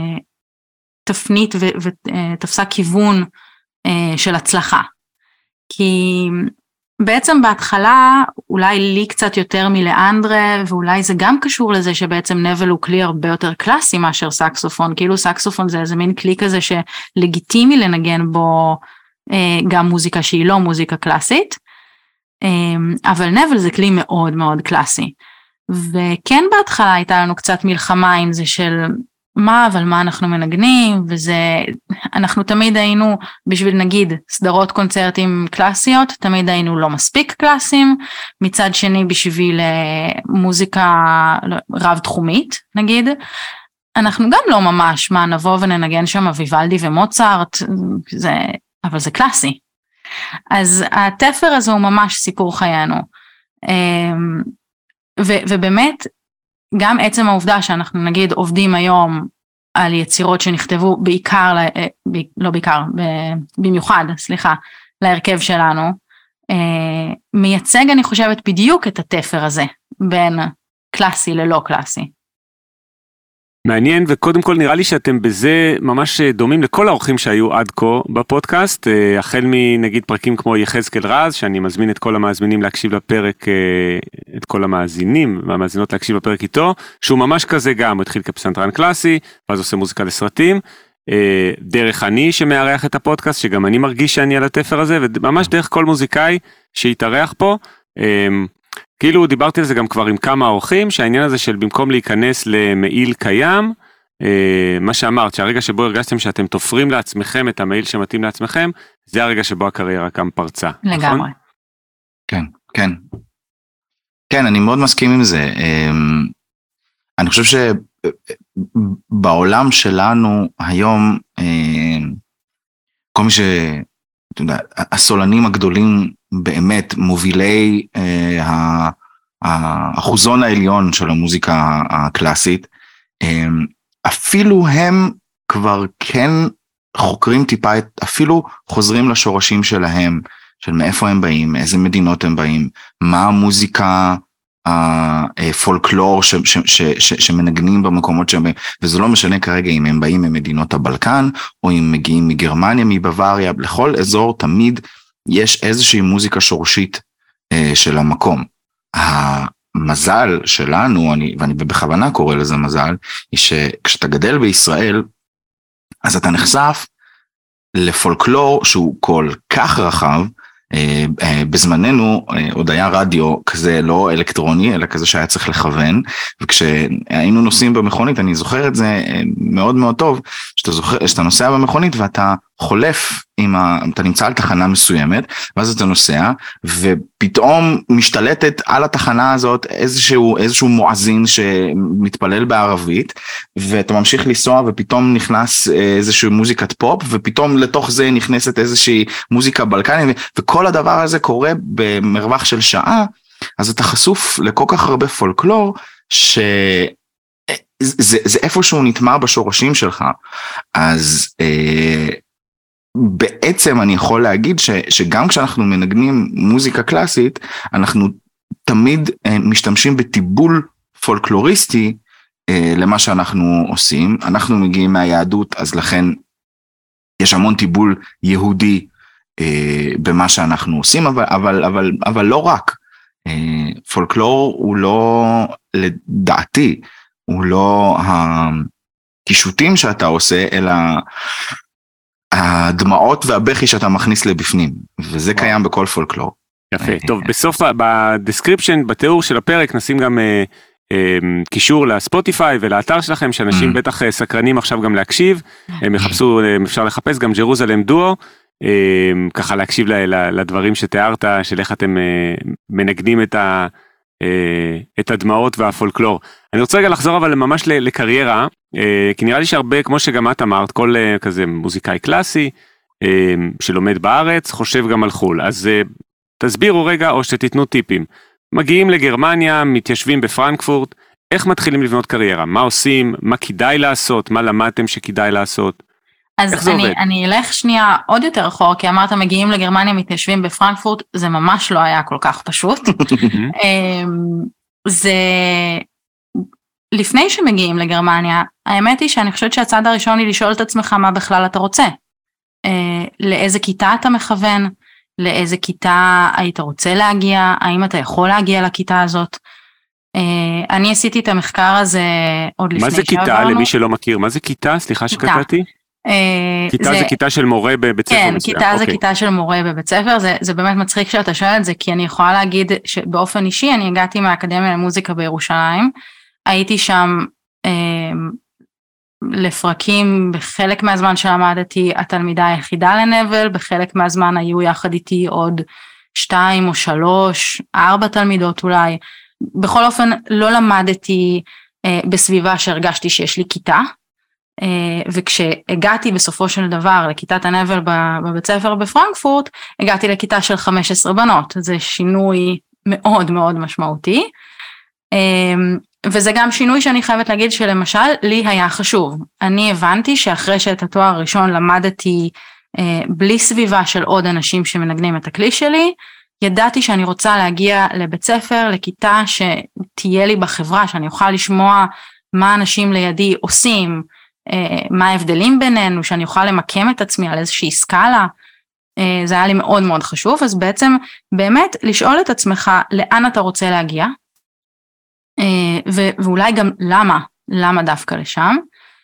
תפנית ותפסה כיוון של הצלחה. כי בעצם בהתחלה, אולי לי קצת יותר מלאנדרה, ואולי זה גם קשור לזה שבעצם נבל הוא כלי הרבה יותר קלאסי מאשר סקסופון, כאילו סקסופון זה איזה מין כלי כזה שלגיטימי לנגן בו גם מוזיקה שהיא לא מוזיקה קלאסית, אבל נבל זה כלי מאוד מאוד קלאסי, וכן בהתחלה הייתה לנו קצת מלחמה עם זה של אבל מה אנחנו מנגנים, וזה, אנחנו תמיד היינו, בשביל נגיד סדרות קונצרטים קלאסיות, תמיד היינו לא מספיק קלאסיים, מצד שני בשביל מוזיקה רב תחומית, נגיד, אנחנו גם לא ממש, נבוא וננגן שם ויוולדי ומוצרט, אבל זה קלאסי. אז התפר הזה הוא ממש סיפור חיינו, ובאמת, גם עצם העובדה שאנחנו נגיד עובדים היום על יצירות שנכתבו במיוחד, להרכב שלנו, מייצג אני חושבת בדיוק את התפר הזה, בין קלאסי ללא קלאסי. מעניין, וקודם כל נראה לי שאתם בזה ממש דומים לכל האורחים שהיו עד כה בפודקאסט, החל מנגיד פרקים כמו יחזקאל רז, שאני מזמין את כל המאזינים להקשיב לפרק, את כל המאזינים והמאזינות להקשיב לפרק איתו, שהוא ממש כזה גם, הוא התחיל כפסנתרן קלאסי, ואז עושה מוזיקה לסרטים, דרך אני שמארח את הפודקאסט, שגם אני מרגיש שאני על התפר הזה, וממש דרך כל מוזיקאי שהתארח פה, כאילו דיברתי על זה גם כבר עם כמה אורחים, שהעניין הזה של במקום להיכנס למעיל קיים, מה שאמרת, שהרגע שבו הרגשתם שאתם תופרים לעצמכם את המעיל שמתאים לעצמכם, זה הרגע שבו הקריירה גם פרצה. לגמרי. נכון? כן, כן. כן, אני מאוד מסכים עם זה. אני חושב שבעולם שלנו היום, כל מי אתה יודע, הסולנים הגדולים באמת מובילי האחוזון העליון של המוזיקה הקלאסית, אפילו הם כבר כן חוקרים טיפה, אפילו חוזרים לשורשים שלהם, של מאיפה הם באים, איזה מדינות הם באים, מה המוזיקה, הפולקלור שמנגנים במקומות שהם באים, וזה לא משנה כרגע אם הם באים ממדינות הבלקן, או אם מגיעים מגרמניה, מבוואריה, לכל אזור תמיד יש איזושהי מוזיקה שורשית של המקום. המזל שלנו, ואני בכוונה קורא לזה מזל, היא שכשאתה גדל בישראל, אז אתה נחשף לפולקלור שהוא כל כך רחב, בזמננו עוד היה רדיו כזה לא אלקטרוני, אלא כזה שהיה צריך לכוון, וכשהיינו נוסעים במכונית, אני זוכר את זה מאוד מאוד טוב, שאתה נוסע במכונית ואתה חולף, אתה נמצא על תחנה מסוימת, ואז אתה נוסע, ופתאום משתלטת על התחנה הזאת איזשהו מואזין שמתפלל בערבית, ואתה ממשיך לנסוע, ופתאום נכנס איזושהי מוזיקת פופ, ופתאום לתוך זה נכנסת איזושהי מוזיקה בלקנית, וכל הדבר הזה קורה במרווח של שעה, אז אתה חשוף לכל כך הרבה פולקלור, זה איפשהו נטמע בשורשים שלך, אז בעצם אני יכול להגיד שגם כשאנחנו מנגנים מוזיקה קלאסית, אנחנו תמיד משתמשים בטיבול פולקלוריסטי למה שאנחנו עושים. אנחנו מגיעים מהיהדות, אז לכן יש המון טיבול יהודי במה שאנחנו עושים, אבל לא רק. פולקלור הוא לא, לדעתי, הוא לא הקישוטים שאתה עושה, אלא הדמעות והבכי שאתה מכניס לבפנים, וזה קיים בכל פולקלור. יפה, טוב, בסוף, בדסקריפשן, בתיאור של הפרק, נשים גם קישור לספוטיפיי ולאתר שלכם, שאנשים בטח סקרנים עכשיו גם להקשיב, הם יחפשו, אפשר לחפש גם ג'רוזלם דואו, ככה להקשיב לדברים שתיארת, של איך אתם מנגנים את הדמעות והפולקלור. אני רוצה רגע לחזור אבל ממש לקריירה, כי נראה לי שהרבה, כמו שגם את אמרת, כל כזה מוזיקאי קלאסי, שלומד בארץ, חושב גם על חול. אז תסבירו רגע, או שתיתנו טיפים. מגיעים לגרמניה, מתיישבים בפרנקפורט, איך מתחילים לבנות קריירה? מה עושים? מה כדאי לעשות? מה למדתם שכדאי לעשות? אז אני אלך שנייה עוד יותר אחורה, כי אמרת מגיעים לגרמניה, מתיישבים בפרנקפורט, זה ממש לא היה כל כך פשוט. זה, לפני שמגיעים לגרמניה, האמת היא שאני חושבת שהצעד הראשון היא לשאול את עצמך מה בכלל אתה רוצה. לאיזה כיתה אתה מכוון, לאיזה כיתה היית רוצה להגיע, האם אתה יכול להגיע לכיתה הזאת. אני עשיתי את המחקר הזה עוד לפני שעברנו. מה זה כיתה למי שלא מכיר? מה זה כיתה? סליחה שקטעתי. כיתה זה כיתה של מורה בבית ספר. כן, כיתה זה כיתה של מורה בבית ספר, זה באמת מצחיק שאתה שואל את זה, כי אני יכולה להגיד שבאופן אישי, אני הגעתי מהאקדמיה למוזיקה בירושלים, הייתי שם לפרקים, בחלק מהזמן שלמדתי התלמידה היחידה לנבל, בחלק מהזמן היו יחד איתי עוד 2 או 3, 4 תלמידות אולי, בכל אופן לא למדתי בסביבה שהרגשתי שיש לי כיתה, וכשהגעתי בסופו של דבר לכיתת הנבל בבית ספר בפרנקפורט, הגעתי לכיתה של 15 בנות, זה שינוי מאוד מאוד משמעותי, וזה גם שינוי שאני חייבת להגיד שלמשל לי היה חשוב, אני הבנתי שאחרי שאת התואר הראשון למדתי בלי סביבה של עוד אנשים שמנגנים את הכלי שלי, ידעתי שאני רוצה להגיע לבית ספר, לכיתה שתהיה לי בחברה, שאני אוכל לשמוע מה אנשים לידי עושים, מה ההבדלים בינינו, שאני אוכל למקם את עצמי על איזושהי סקאלה, זה היה לי מאוד מאוד חשוב, אז בעצם באמת לשאול את עצמך לאן אתה רוצה להגיע, ואולי גם למה דווקא לשם.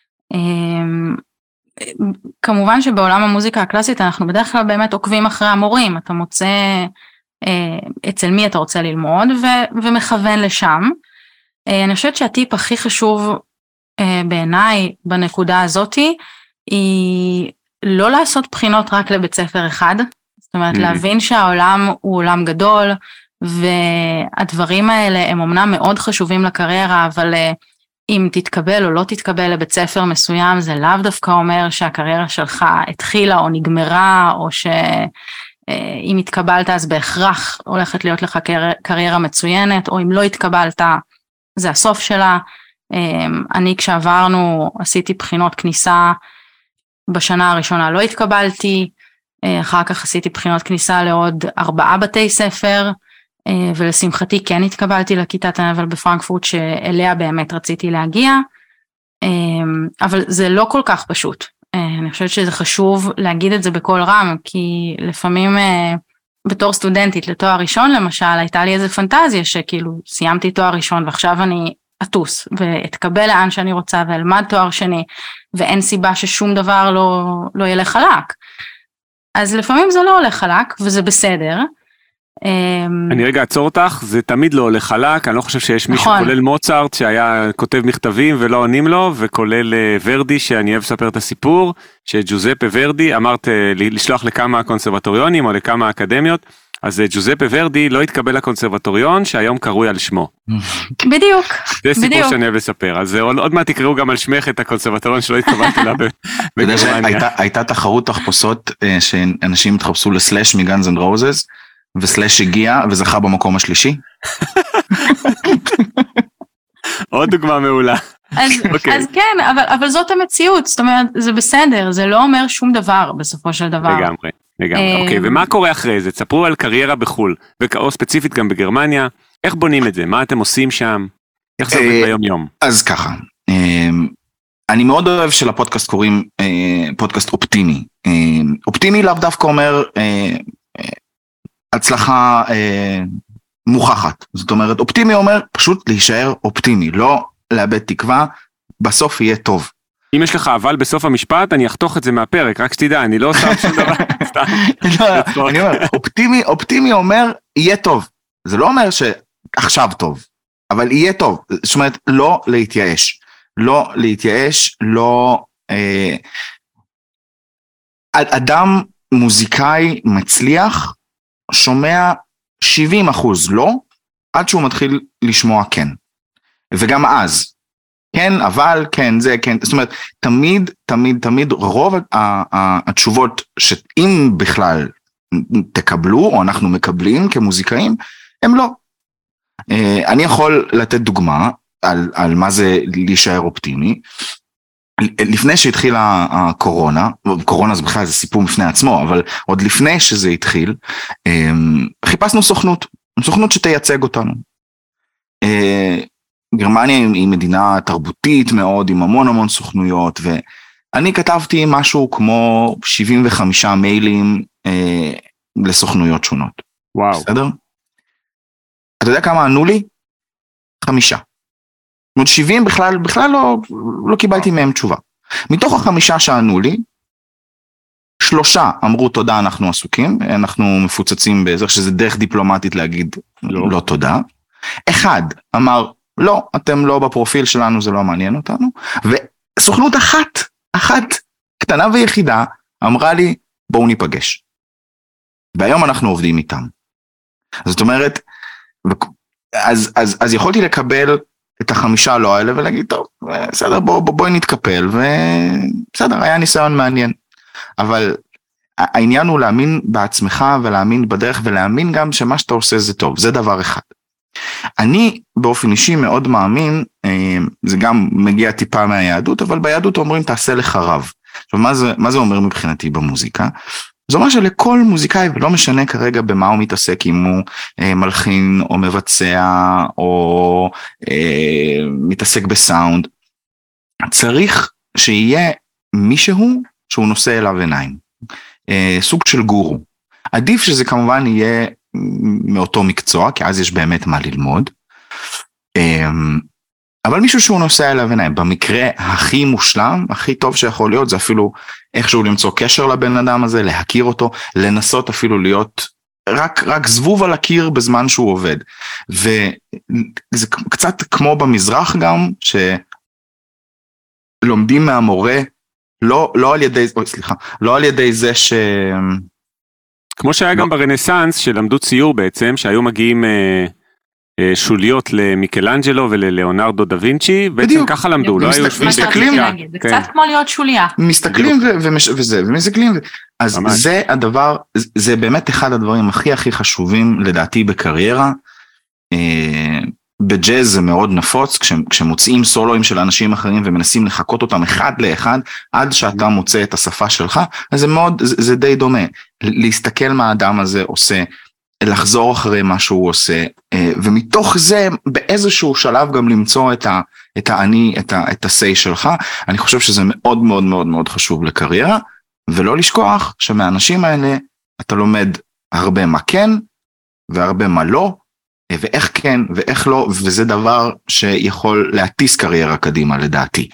כמובן שבעולם המוזיקה הקלאסית אנחנו בדרך כלל באמת עוקבים אחרי המורים, אתה מוצא אצל מי אתה רוצה ללמוד ומכוון לשם. אני חושבת שהטיפ הכי חשוב בעיניי בנקודה הזאת היא לא לעשות בחינות רק לבית ספר אחד, זאת אומרת להבין שהעולם הוא עולם גדול, והדברים האלה הם אמנם מאוד חשובים לקריירה, אבל אם תתקבל או לא תתקבל לבית ספר מסוים, זה לאו דווקא אומר שהקריירה שלך התחילה או נגמרה, או שאם התקבלת אז בהכרח הולכת להיות לך קריירה מצוינת, או אם לא התקבלת זה הסוף שלה. אני כשעברנו עשיתי בחינות כניסה, בשנה הראשונה לא התקבלתי, אחר כך עשיתי בחינות כניסה לעוד 4 בתי ספר, ולשמחתי כן התקבלתי לכיתת הנבל בפרנקפורט שאליה באמת רציתי להגיע, אבל זה לא כל כך פשוט. אני חושבת שזה חשוב להגיד את זה בכל רם, כי לפעמים בתור סטודנטית לתואר ראשון למשל, הייתה לי איזה פנטזיה שכאילו סיימתי תואר ראשון ועכשיו אני אטוס ואתקבל לאן שאני רוצה ואלמד תואר שני, ואין סיבה ששום דבר לא ילך חלק. אז לפעמים זה לא הולך חלק וזה בסדר. אני רגע אעצור אותך, זה תמיד לא הולך חלק, אני לא חושב שיש מישהו כולל מוצרט שהיה כותב מכתבים ולא עונים לו, וכולל ורדי שאני אוהב לספר את הסיפור, שג'וזפה ורדי אמרת לשלוח לכמה קונסרבטוריונים או לכמה אקדמיות, אז ג'וזפה ורדי לא התקבל לקונסרבטוריון שהיום קרוי על שמו. בדיוק. זה סיפור שאני אוהב לספר, אז עוד מעט תקראו גם על שמך את הקונסרבטוריון שלא התקבלתי לה בגרמניה. הייתה תחרות תחפושות שאנשים התחפשו לסלאש מגאנז אנד רוזס, וסלאש הגיע וזכה במקום השלישי. עוד דוגמה מעולה. אז כן, אבל זאת המציאות, זאת אומרת, זה בסדר, זה לא אומר שום דבר בסופו של דבר. לגמרי. אוקיי, ומה קורה אחרי זה? תספרו על קריירה בחול, או ספציפית גם בגרמניה, איך בונים את זה? מה אתם עושים שם? איך זה עובד ביום יום? אז ככה, אני מאוד אוהב שלפודקאסט קוראים פודקאסט אופטימי. אופטימי לאו דווקא אומר הצלחה מוכחת. זאת אומרת, אופטימי אומר פשוט להישאר אופטימי, לא לאבד תקווה, בסוף יהיה טוב. אם יש לך אבל בסוף המשפט, אני אחתוך את זה מהפרק, רק שתדע, אני לא עושה שום דבר. אני אומר, אופטימי אומר, יהיה טוב. זה לא אומר שעכשיו טוב, אבל יהיה טוב. זאת אומרת, לא להתייאש. לא להתייאש, לא... אדם מוזיקאי מצליח, שומע 70% לא, עד שהוא מתחיל לשמוע כן. וגם אז, כן, אבל, כן, זה, כן, זאת אומרת, תמיד, רוב התשובות שאם בכלל תקבלו, או אנחנו מקבלים כמוזיקאים, הם לא. אני יכול לתת דוגמה על מה זה להישאר אופטימי. לפני שהתחילה הקורונה, קורונה זה בכלל זה סיפור בפני עצמו, אבל עוד לפני שזה התחיל, חיפשנו סוכנות שתייצג אותנו. גרמניה היא מדינה תרבותית מאוד, עם המון סוכנויות, ואני כתבתי משהו כמו 75 מיילים לסוכנויות שונות. וואו. בסדר? אתה יודע כמה ענו לי? 5. זאת אומרת 70 בכלל לא קיבלתי מהם תשובה. מתוך 5 שענו לי, 3 אמרו תודה, אנחנו עסוקים, אנחנו מפוצצים בזה, שזה דרך דיפלומטית להגיד לא תודה. 1 אמר, לא, אתם לא בפרופיל שלנו, זה לא מעניין אותנו. וסוכנות אחת קטנה ויחידה, אמרה לי, בואו ניפגש. והיום אנחנו עובדים איתם. זאת אומרת, אז יכולתי לקבל את 5 לא האלה ולהגיד, טוב, בסדר, בואי נתקפל, ובסדר, היה ניסיון מעניין. אבל העניין הוא להאמין בעצמך ולהאמין בדרך ולהאמין גם שמה שאתה עושה זה טוב, זה דבר אחד. אני באופן אישי מאוד מאמין, זה גם מגיע טיפה מהיהדות, אבל ביהדות אומרים תעשה לך רב. עכשיו מה זה אומר מבחינתי במוזיקה? זה אומר שלכל מוזיקאי, ולא משנה כרגע במה הוא מתעסק, אם הוא מלחין או מבצע או מתעסק בסאונד, צריך שיהיה מישהו שהוא נושא אליו עיניים, סוג של גורו. עדיף שזה כמובן יהיה מאותו מקצוע, כי אז יש באמת מה ללמוד, אבל מישהו שהוא נושא אליו עיניים, במקרה הכי מושלם, הכי טוב שיכול להיות, זה אפילו איכשהו למצוא קשר לבן אדם הזה, להכיר אותו, לנסות אפילו להיות רק זבוב על הקיר בזמן שהוא עובד. וזה קצת כמו במזרח גם, שלומדים מהמורה, לא על ידי זה ש... כמו שהיה גם ברנסנס, שלמדו ציור בעצם, שהיו מגיעים שוליות למיקלאנג'לו וללאונרדו דה וינצ'י, בעצם ככה למדו, לא היו מסתכלים, זה קצת כמו להיות שוליה. מסתכלים ומסתכלים, אז זה הדבר, זה באמת אחד הדברים הכי חשובים לדעתי בקריירה. בג'אז זה מאוד נפוץ, כשמוצאים סולואים של אנשים אחרים ומנסים לחכות אותם אחד לאחד, עד שאתה מוצא את השפה שלך, אז זה די דומה, להסתכל מה האדם הזה עושה, לחזור אחרי מה שהוא עושה, ומתוך זה באיזשהו שלב גם למצוא את האני, את ה-say שלך. אני חושב שזה מאוד מאוד מאוד מאוד חשוב לקריירה, ולא לשכוח שמהאנשים האלה אתה לומד הרבה מה כן, והרבה מה לא, ואיך כן ואיך לא, וזה דבר שיכול להטיס קריירה קדימה לדעתי.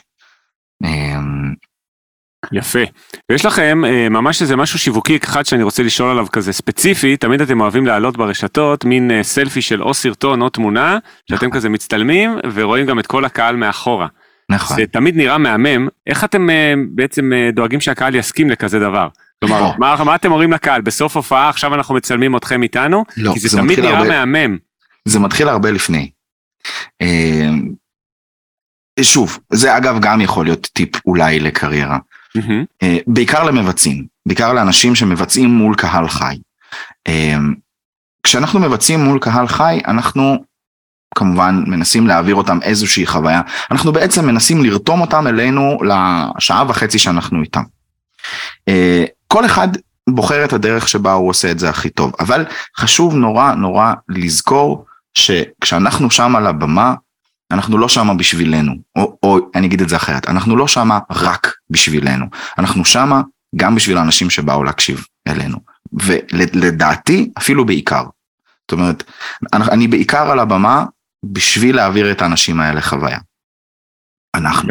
יפה. ויש לכם ממש איזה משהו שיווקי אחד שאני רוצה לשאול עליו כזה ספציפי, תמיד אתם אוהבים להעלות ברשתות, מין סלפי של או סרטון או תמונה, שאתם כזה מצטלמים ורואים גם את כל הקהל מאחורה. נכון. זה תמיד נראה מהמם. איך אתם בעצם דואגים שהקהל יסכים לכזה דבר? כלומר, מה אתם אומרים לקהל? בסוף הופעה עכשיו אנחנו מצלמים אתכם איתנו? כי זה תמיד נראה מהמם. זה מתחיל הרבה לפני. שוב, זה אגב גם יכול להיות טיפ אולי לקריירה. בעיקר למבצעים, בעיקר לאנשים שמבצעים מול קהל חי. כשאנחנו מבצעים מול קהל חי, אנחנו כמובן מנסים להעביר אותם איזושהי חוויה, אנחנו בעצם מנסים לרתום אותם אלינו לשעה וחצי שאנחנו איתם. כל אחד בוחר את הדרך שבה הוא עושה את זה הכי טוב, אבל חשוב נורא לזכור שכשאנחנו שם על הבמה, אנחנו לא שמה בשבילנו, או אני אגיד את זה אחרת, אנחנו לא שמה רק בשבילנו, אנחנו שמה גם בשביל האנשים שבאו להקשיב אלינו, ולדעתי אפילו בעיקר. זאת אומרת, אני בעיקר על הבמה בשביל להעביר את האנשים האלה חוויה. אנחנו.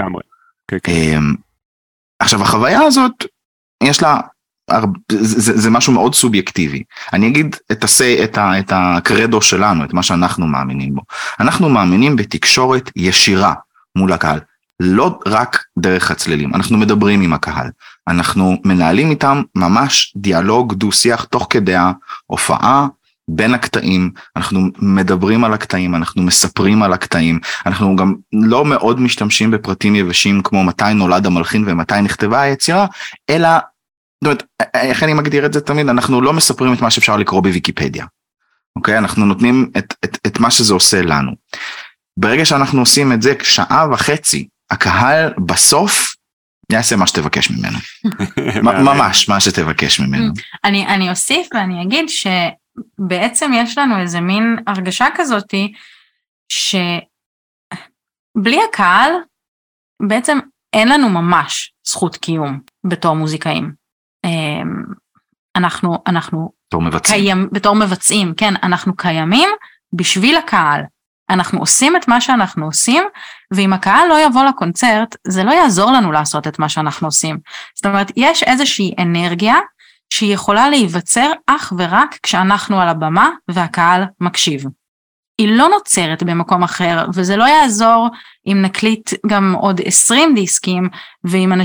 עכשיו החוויה הזאת, יש לה, זה משהו מאוד סובייקטיבי. אני אגיד את הקרדו שלנו, את מה שאנחנו מאמינים בו. אנחנו מאמינים בתקשורת ישירה מול הקהל, לא רק דרך הצלילים. אנחנו מדברים עם הקהל, אנחנו מנהלים איתם ממש דיאלוג, דו-שיח, תוך כדי ההופעה, בין הקטעים, אנחנו מדברים על הקטעים, אנחנו מספרים על הקטעים, אנחנו גם לא מאוד משתמשים בפרטים יבשים כמו מתי נולד המלחין ומתי נכתבה היצירה, אלא זאת אומרת, איך אני מגדיר את זה תמיד? אנחנו לא מספרים את מה שאפשר לקרוא בוויקיפדיה. אוקיי? אנחנו נותנים את מה שזה עושה לנו. ברגע שאנחנו עושים את זה, 1.5 שעה, הקהל בסוף יעשה מה שתבקש ממנו. ממש מה שתבקש ממנו. אני אוסיף ואני אגיד שבעצם יש לנו איזה מין הרגשה כזאת, שבלי הקהל, בעצם אין לנו ממש זכות קיום בתור מוזיקאים. אנחנו מבצעים. בתור מבצעים, כן, אנחנו קיימים בשביל הקהל. אנחנו עושים את מה שאנחנו עושים, ואם הקהל לא יבוא לקונצרט, זה לא יעזור לנו לעשות את מה שאנחנו עושים. זאת אומרת, יש איזושהי אנרגיה, שהיא יכולה להיווצר אך ורק כשאנחנו על הבמה, והקהל מקשיב. היא לא נוצרת במקום אחר, וזה לא יעזור אם נקליט גם עוד 20 דיסקים, ואם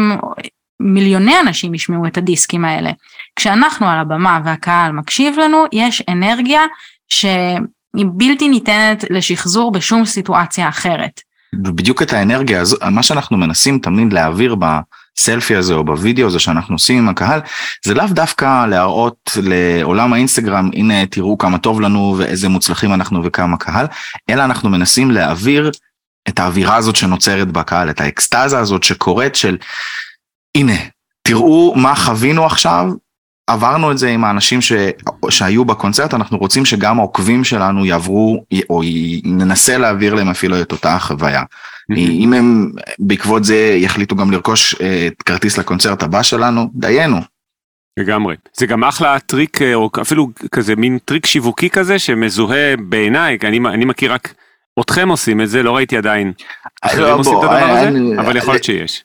מיליוני אנשים ישמעו את הדיסקים האלה. כשאנחנו על הבמה והקהל מקשיב לנו, יש אנרגיה שהיא בלתי ניתנת לשחזור בשום סיטואציה אחרת. ובדיוק את האנרגיה הזו, מה שאנחנו מנסים תמיד להעביר בסלפי הזה או בווידאו הזה שאנחנו עושים עם הקהל, זה לאו דווקא להראות לעולם האינסטגרם, הנה תראו כמה טוב לנו ואיזה מוצלחים אנחנו וכמה קהל, אלא אנחנו מנסים להעביר את האווירה הזאת שנוצרת בקהל, את האקסטאזה הזאת שקורית של, הנה, תראו מה חווינו עכשיו, עברנו את זה עם האנשים שהיו בקונצרט, אנחנו רוצים שגם העוקבים שלנו יעברו, או ננסה להעביר להם אפילו את אותה החוויה. אם הם בעקבות זה יחליטו גם לרכוש את כרטיס לקונצרט הבא שלנו, דיינו. לגמרי. זה גם אחלה טריק, או אפילו כזה מין טריק שיווקי כזה, שמזוהה בעיניי, אני מכיר רק אתכם עושים את זה, לא ראיתי עדיין. אחרים עושים את הדבר הזה, אבל יכול להיות שיש.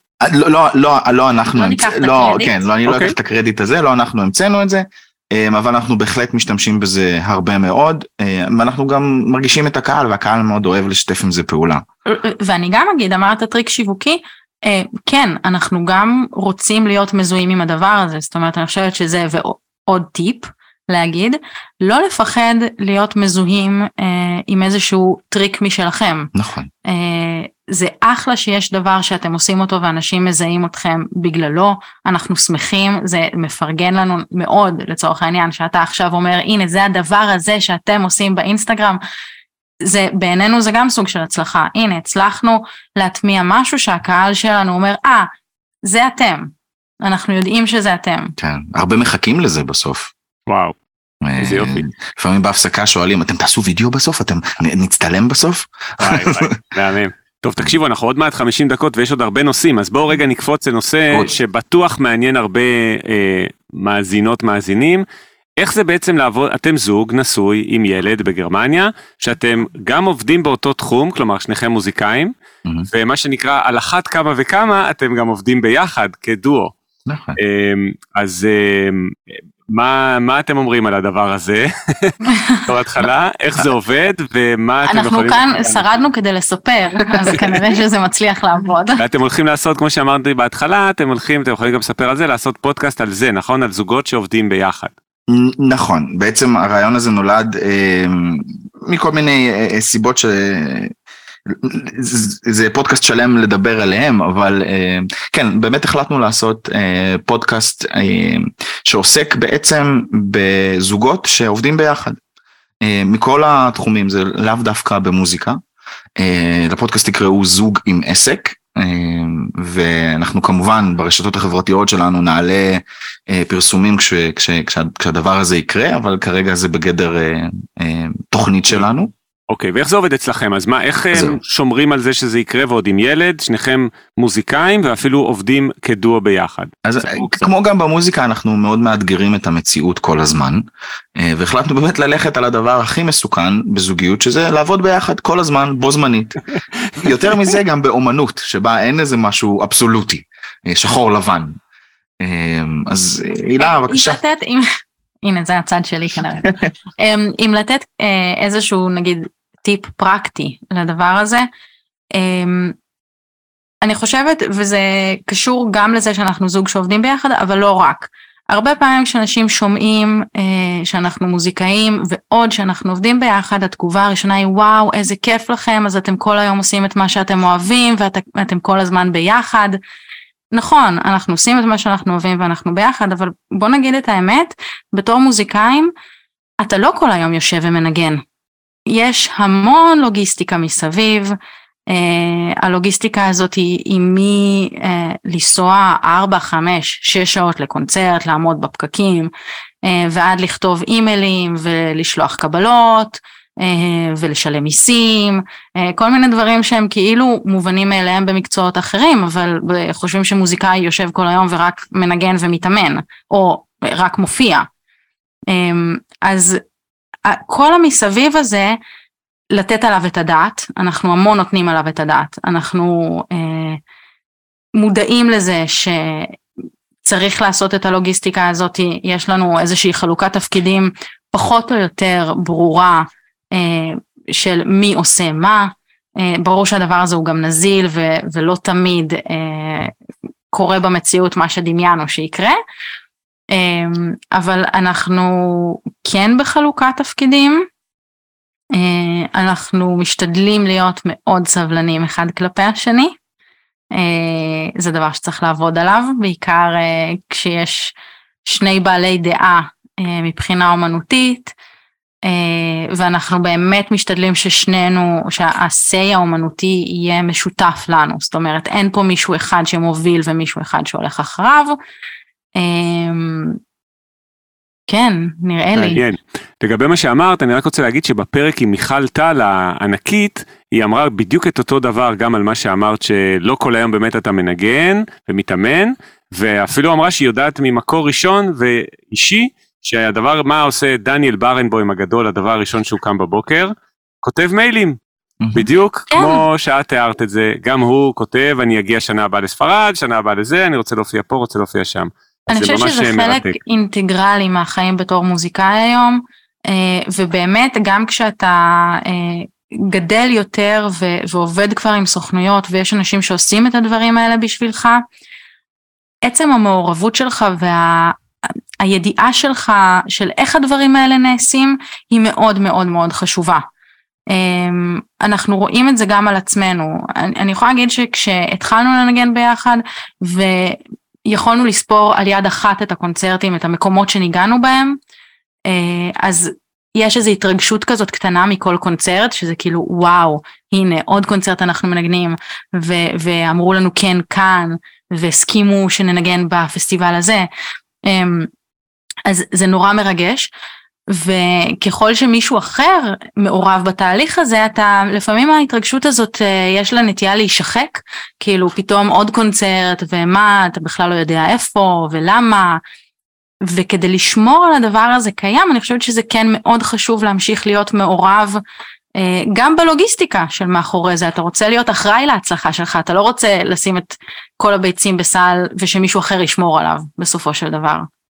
לא אנחנו, אני לא אקח את הקרדיט הזה, לא אנחנו המצאנו את זה, אבל אנחנו בהחלט משתמשים בזה הרבה מאוד, ואנחנו גם מרגישים את הקהל, והקהל מאוד אוהב לשתף עם זה פעולה. ואני גם אגיד, אמרת טריק שיווקי, כן, אנחנו גם רוצים להיות מזוהים עם הדבר הזה, זאת אומרת, אני חושבת שזה ועוד טיפ, להגיד, לא לפחד להיות מזוהים עם איזשהו טריק משלכם. נכון. זה אחלה שיש דבר שאתם עושים אותו ואנשים מזהים אתכם בגללו, אנחנו שמחים, זה מפרגן לנו מאוד לצורך העניין, שאתה עכשיו אומר, הנה זה הדבר הזה שאתם עושים באינסטגרם, בעינינו זה גם סוג של הצלחה, הנה הצלחנו להטמיע משהו שהקהל שלנו אומר, זה אתם, אנחנו יודעים שזה אתם. כן, הרבה מחכים לזה בסוף. וואו, איזה יופי. לפעמים בהפסקה שואלים, אתם תעשו וידאו בסוף? אתם נצטלם בסוף? מהמם. טוב, תקשיבו, אנחנו עוד מעט 50 דקות ויש עוד הרבה נושאים, אז בואו רגע נקפוץ לנושא שבטוח מעניין הרבה מאזינות, מאזינים. איך זה בעצם לעבוד, אתם זוג נשוי עם ילד בגרמניה, שאתם גם עובדים באותו תחום, כלומר שניכם מוזיקאים, ומה שנקרא על אחת כמה וכמה, אתם גם עובדים ביחד כדואו. נכון. אז מה אתם אומרים על הדבר הזה? בהתחלה, איך זה עובד ומה אתם יכולים... אנחנו כאן שרדנו כדי לספר, אז כנראה שזה מצליח לעבוד. ואתם הולכים לעשות, כמו שאמרתי בהתחלה, אתם יכולים גם לספר על זה, לעשות פודקאסט על זה, נכון? על זוגות שעובדים ביחד. נכון, בעצם הרעיון הזה נולד מכל מיני סיבות זה פודקאסט שלם לדבר עליהם, אבל כן, באמת החלטנו לעשות פודקאסט שעוסק בעצם בזוגות שעובדים ביחד, מכל התחומים, זה לאו דווקא במוזיקה. לפודקאסט יקראו זוג עם עסק, ואנחנו כמובן ברשתות החברתיות שלנו נעלה פרסומים כשהדבר הזה יקרה, אבל כרגע זה בגדר תוכנית שלנו. אוקיי, ואיך זה עובד אצלכם? אז איך שומרים על זה שזה יקרה ועוד עם ילד, שניכם מוזיקאים ואפילו עובדים כדואו ביחד? אז כמו גם במוזיקה אנחנו מאוד מאתגרים את המציאות כל הזמן, והחלטנו באמת ללכת על הדבר הכי מסוכן בזוגיות, שזה לעבוד ביחד כל הזמן, בו זמנית. יותר מזה גם באומנות, שבה אין איזה משהו אבסולוטי, שחור לבן. אז הילה, בבקשה. הנה, זה הצד שלי כנראה. אם לתת איזשהו, נגיד, טיפ פרקטי לדבר הזה, אני חושבת, וזה קשור גם לזה שאנחנו זוג שעובדים ביחד, אבל לא רק. הרבה פעמים כשאנשים שומעים שאנחנו מוזיקאים, ועוד שאנחנו עובדים ביחד, התגובה הראשונה היא, וואו, איזה כיף לכם, אז אתם כל היום עושים את מה שאתם אוהבים, ואתם כל הזמן ביחד. נכון, אנחנו עושים את מה שאנחנו אוהבים ואנחנו ביחד, אבל בוא נגיד את האמת, בתור מוזיקאים, אתה לא כל היום יושב ומנגן. יש המון לוגיסטיקה מסביב, הלוגיסטיקה הזאת היא לנסוע 4, 5, 6 שעות לקונצרט, לעמוד בפקקים, ועד לכתוב אימיילים ולשלוח קבלות, ולשלם מיסים, כל מיני דברים שהם כאילו מובנים מאליהם במקצועות אחרים, אבל חושבים שמוזיקאי יושב כל היום ורק מנגן ומתאמן, או רק מופיע. אז כל המסביב הזה, לתת עליו את הדעת, אנחנו המון נותנים עליו את הדעת, אנחנו מודעים לזה שצריך לעשות את הלוגיסטיקה הזאת, יש לנו איזושהי חלוקת תפקידים פחות או יותר ברורה של מי עושה מה, ברור שהדבר הזה הוא גם נזיל ולא תמיד קורה במציאות מה שדמיינו שיקרה, אבל אנחנו כן בחלוקת תפקידים, אנחנו משתדלים להיות מאוד סבלנים אחד כלפי השני, זה דבר שצריך לעבוד עליו, בעיקר כשיש שני בעלי דעה מבחינה אומנותית, ואנחנו באמת משתדלים ששנינו, שהעשייה האומנותי יהיה משותף לנו, זאת אומרת אין פה מישהו אחד שמוביל ומישהו אחד שהולך אחריו, כן, נראה לי. כן. לגבי מה שאמרת, אני רק רוצה להגיד שבפרק עם מיכל טל הענקית, היא אמרה בדיוק את אותו דבר גם על מה שאמרת, שלא כל היום באמת אתה מנגן ומתאמן, ואפילו אמרה שהיא יודעת ממקור ראשון ואישי, שהדבר, מה עושה דניאל ברנבוים הגדול, הדבר הראשון שהוא קם בבוקר, כותב מיילים. בדיוק כמו שאת תיארת את זה, גם הוא כותב, אני אגיע שנה הבאה לספרד, שנה הבאה לזה, אני רוצה להופיע פה, רוצה להופיע שם. אני חושבת שזה חלק אינטגרלי מהחיים בתור מוזיקאי היום, ובאמת גם כשאתה גדל יותר ועובד כבר עם סוכנויות, ויש אנשים שעושים את הדברים האלה בשבילך, עצם המעורבות שלך והידיעה שלך של איך הדברים האלה נעשים, היא מאוד מאוד מאוד חשובה. אנחנו רואים את זה גם על עצמנו, אני יכולה להגיד שכשהתחלנו לנגן ביחד, יכולנו לספור על יד אחת את הקונצרטים, את המקומות שניגענו בהם, אז יש איזו התרגשות כזאת קטנה מכל קונצרט, שזה כאילו וואו, הנה עוד קונצרט אנחנו מנגנים, ואמרו לנו כן כאן, והסכימו שננגן בפסטיבל הזה, אז זה נורא מרגש, וככל שמישהו אחר מעורב בתהליך הזה, לפעמים ההתרגשות הזאת יש לה נטייה להישחק, כאילו פתאום עוד קונצרט, ומה, אתה בכלל לא יודע איפה, ולמה, וכדי לשמור על הדבר הזה קיים, אני חושבת שזה כן מאוד חשוב להמשיך להיות מעורב, גם בלוגיסטיקה של מאחורי זה, אתה רוצה להיות אחראי להצלחה שלך, אתה לא רוצה לשים את כל הביצים בסל, ושמישהו אחר ישמור עליו בסופו של דבר.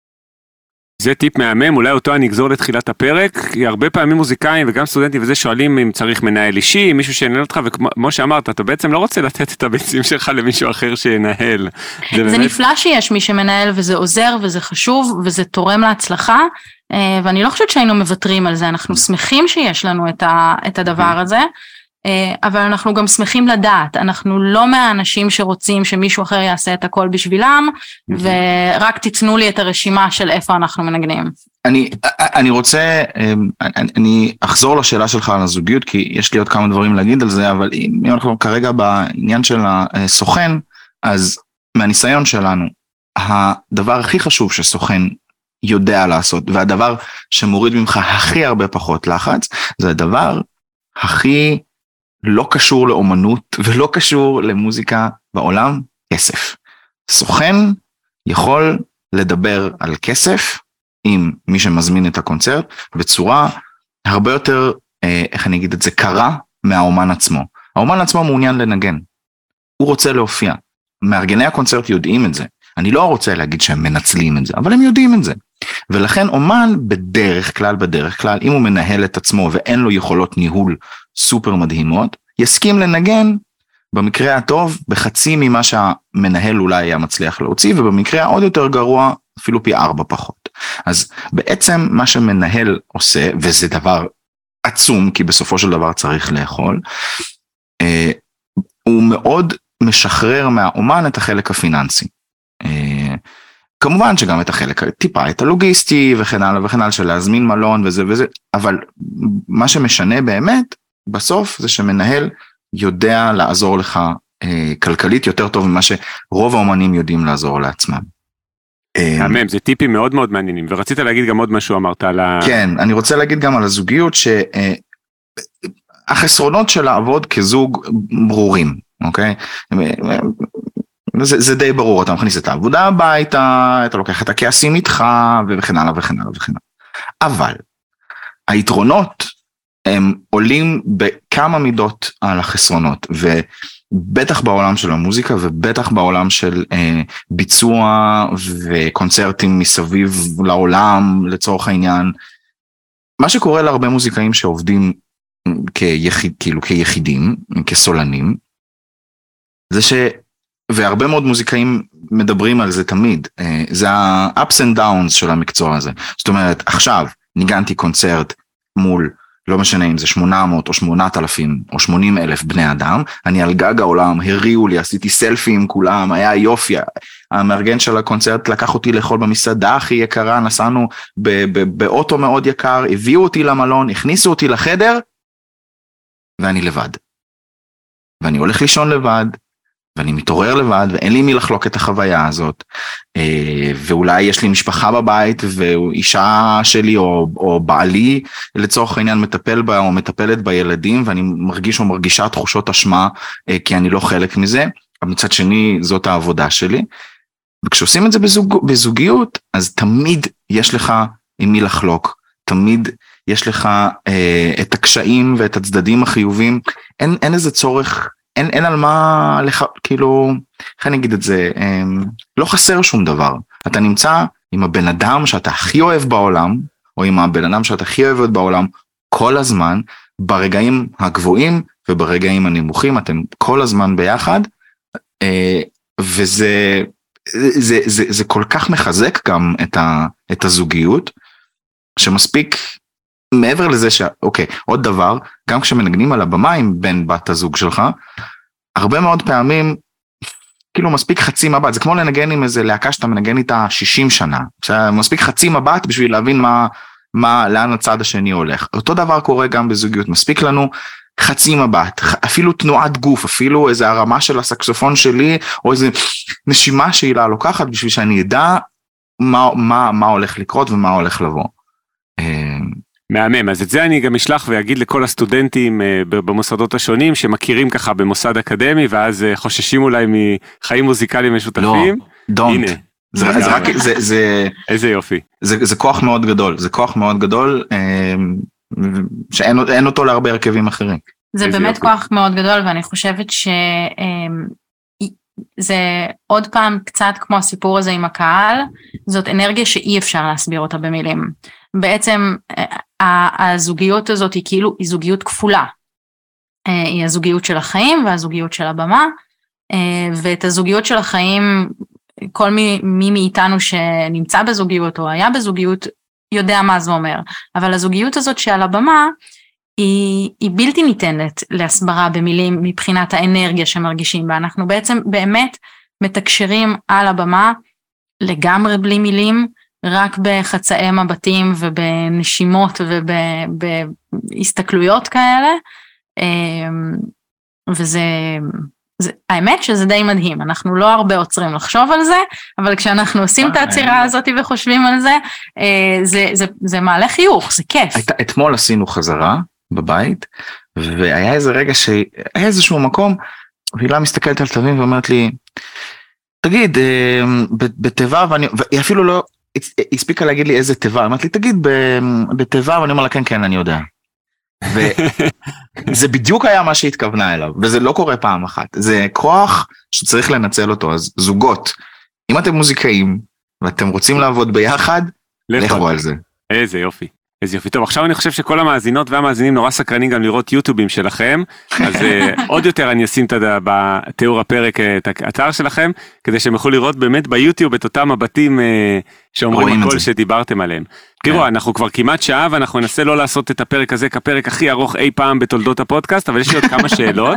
זה טיפ מהמם, אולי אותו אני אגזור לתחילת הפרק, כי הרבה פעמים מוזיקאים וגם סטודנטים וזה שואלים אם צריך מנהל אישי, מישהו שינהל אותך, וכמו שאמרת, אתה בעצם לא רוצה לתת את הביצים שלך למישהו אחר שינהל. זה באמת נפלא שיש מי שמנהל וזה עוזר וזה חשוב וזה תורם להצלחה, ואני לא חושבת שהיינו מוותרים על זה, אנחנו שמחים שיש לנו את הדבר הזה, אבל אנחנו גם שמחים לדעת, אנחנו לא מהאנשים שרוצים שמישהו אחר יעשה את הכל בשבילם, ורק תיתנו לי את הרשימה של איפה אנחנו מנגנים. אני רוצה, אני אחזור לשאלה שלך על הזוגיות, כי יש לי עוד כמה דברים להגיד על זה, אבל אם אנחנו כרגע בעניין של הסוכן, אז מהניסיון שלנו, הדבר הכי חשוב שסוכן יודע לעשות, והדבר שמוריד ממך הכי הרבה פחות לחץ, זה הדבר הכי לא קשור לאומנות ולא קשור למוזיקה בעולם, כסף. סוכן יכול לדבר על כסף עם מי שמזמין את הקונצרט בצורה הרבה יותר, איך אני אגיד את זה, קרה מהאומן עצמו. האומן עצמו מעוניין לנגן. הוא רוצה להופיע. מארגני הקונצרט יודעים את זה. אני לא רוצה להגיד שהם מנצלים את זה, אבל הם יודעים את זה. ולכן אומן בדרך כלל, אם הוא מנהל את עצמו ואין לו יכולות ניהול סופר מדהימות, יסכים לנגן במקרה הטוב בחצי ממה שהמנהל אולי היה מצליח להוציא, ובמקרה העוד יותר גרוע אפילו פי 4 פחות. אז בעצם מה שמנהל עושה, וזה דבר עצום, כי בסופו של דבר צריך לאכול, הוא מאוד משחרר מהאומן את החלק הפיננסי. כמובן שגם את החלק טיפה, את הלוגיסטי וכן הלאה וכן הלאה, של להזמין מלון וזה וזה, אבל מה שמשנה באמת, בסוף זה שמנהל יודע לעזור לך כלכלית יותר טוב ממה שרוב האומנים יודעים לעזור לעצמם. זה טיפים מאוד מאוד מעניינים, ורצית להגיד גם עוד משהו אמרת על כן, אני רוצה להגיד גם על הזוגיות, שהחסרונות של לעבוד כזוג ברורים, אוקיי? זה די ברור, אתה מכניס את העבודה הביתה, אתה לוקח את הכעסים איתך, וכן הלאה וכן הלאה וכן הלאה. אבל היתרונות הם עולים בכמה מידות על החסרונות, ובטח בעולם של המוזיקה, ובטח בעולם של ביצוע וקונצרטים מסביב לעולם, לצורך העניין. מה שקורה להרבה מוזיקאים שעובדים כיחידים, כסולנים, זה והרבה מאוד מוזיקאים מדברים על זה תמיד, זה ה-ups and downs של המקצוע הזה. זאת אומרת, עכשיו ניגנתי קונצרט מול, לא משנה אם זה 800 או 8,000 או 80,000 בני אדם, אני על גג העולם, הריעו לי, עשיתי סלפי עם כולם, היה יופי, המארגן של הקונצרט לקח אותי לאכול במסעדה הכי יקרה, נסענו באוטו מאוד יקר, הביאו אותי למלון, הכניסו אותי לחדר, ואני לבד. ואני הולך לישון לבד, ואני מתעורר לבד, ואין לי מי לחלוק את החוויה הזאת, ואולי יש לי משפחה בבית, ואישה שלי או בעלי, לצורך העניין מטפל בה או מטפלת בילדים, ואני מרגיש או מרגישה תחושות אשמה, כי אני לא חלק מזה, אבל מצד שני זאת העבודה שלי, וכשעושים את זה בזוגיות, אז תמיד יש לך עם מי לחלוק, תמיד יש לך את הקשיים ואת הצדדים החיובים, אין איזה צורך, אין על מה, כאילו, איך אני אגיד את זה, לא חסר שום דבר. אתה נמצא עם הבן אדם שאתה הכי אוהב בעולם, או עם הבן אדם שאתה הכי אוהב בעולם, כל הזמן, ברגעים הגבוהים וברגעים הנמוכים, אתם כל הזמן ביחד, וזה זה כל כך מחזק גם את הזוגיות, שמספיק, מעבר לזה אוקיי, עוד דבר, גם כשמנגנים על הבמה עם בן בת הזוג שלך, הרבה מאוד פעמים, כאילו מספיק חצי מבט, זה כמו לנגן עם איזה להקה שאתה מנגן איתה 60 שנה, מספיק חצי מבט בשביל להבין לאן הצד השני הולך. אותו דבר קורה גם בזוגיות, מספיק לנו חצי מבט, אפילו תנועת גוף, אפילו איזה הרמה של הסקסופון שלי, או איזה נשימה שהיא לה לוקחת, בשביל שאני אדע מה הולך לקרות ומה הולך לבוא. מהמם, אז את זה אני גם אשלח ואגיד לכל הסטודנטים במוסדות השונים, שמכירים ככה במוסד אקדמי, ואז חוששים אולי מחיים מוזיקליים משותפים. לא, don't. הנה. איזה יופי. זה כוח מאוד גדול, זה כוח מאוד גדול, שאין אותו להרבה הרכבים אחרים. זה באמת כוח מאוד גדול, ואני חושבת שזה עוד פעם קצת כמו הסיפור הזה עם הקהל, זאת אנרגיה שאי אפשר להסביר אותה במילים. בעצם הזוגיות הזאת היא כאילו, היא זוגיות כפולה. היא הזוגיות של החיים והזוגיות של הבמה, ואת הזוגיות של החיים, כל מי מאיתנו שנמצא בזוגיות או היה בזוגיות, יודע מה זה אומר. אבל הזוגיות הזאת שעל הבמה, היא בלתי ניתנת להסברה במילים מבחינת האנרגיה שמרגישים בה. אנחנו בעצם באמת מתקשרים על הבמה לגמרי בלי מילים, רק בחצאי מבטים ובנשימות ובהסתכלויות כאלה, וזה, האמת שזה די מדהים, אנחנו לא הרבה עוצרים לחשוב על זה, אבל כשאנחנו עושים את העצירה הזאת וחושבים על זה, זה מעלה חיוך, זה כיף. אתמול עשינו חזרה בבית, והיה איזה רגע שהיה איזשהו מקום, והילה מסתכלת על תווים ואומרת לי, תגיד, בתיבה, והיא אפילו לא, הספיקה להגיד לי איזה תיבה, אמרת לי, תגיד בתיבה, ואני אומר לה, כן, כן, אני יודע. וזה בדיוק היה מה שהתכוונה אליו, וזה לא קורה פעם אחת, זה כוח שצריך לנצל אותו, אז זוגות, אם אתם מוזיקאים, ואתם רוצים לעבוד ביחד, לכו על זה. איזה יופי. איזה יופי. טוב, עכשיו אני חושב שכל המאזינות והמאזינים נורא סקרנים גם לראות יוטיובים שלכם, אז עוד יותר אני אשים בתיאור הפרק את האתר שלכם, כדי שהם יוכלו לראות באמת ביוטיוב את אותם מבטים שאומרים הכל שדיברתם עליהם. תראו, אנחנו כבר כמעט שעה, ואנחנו ננסה לא לעשות את הפרק הזה כפרק הכי ארוך אי פעם בתולדות הפודקאסט, אבל יש לי עוד כמה שאלות,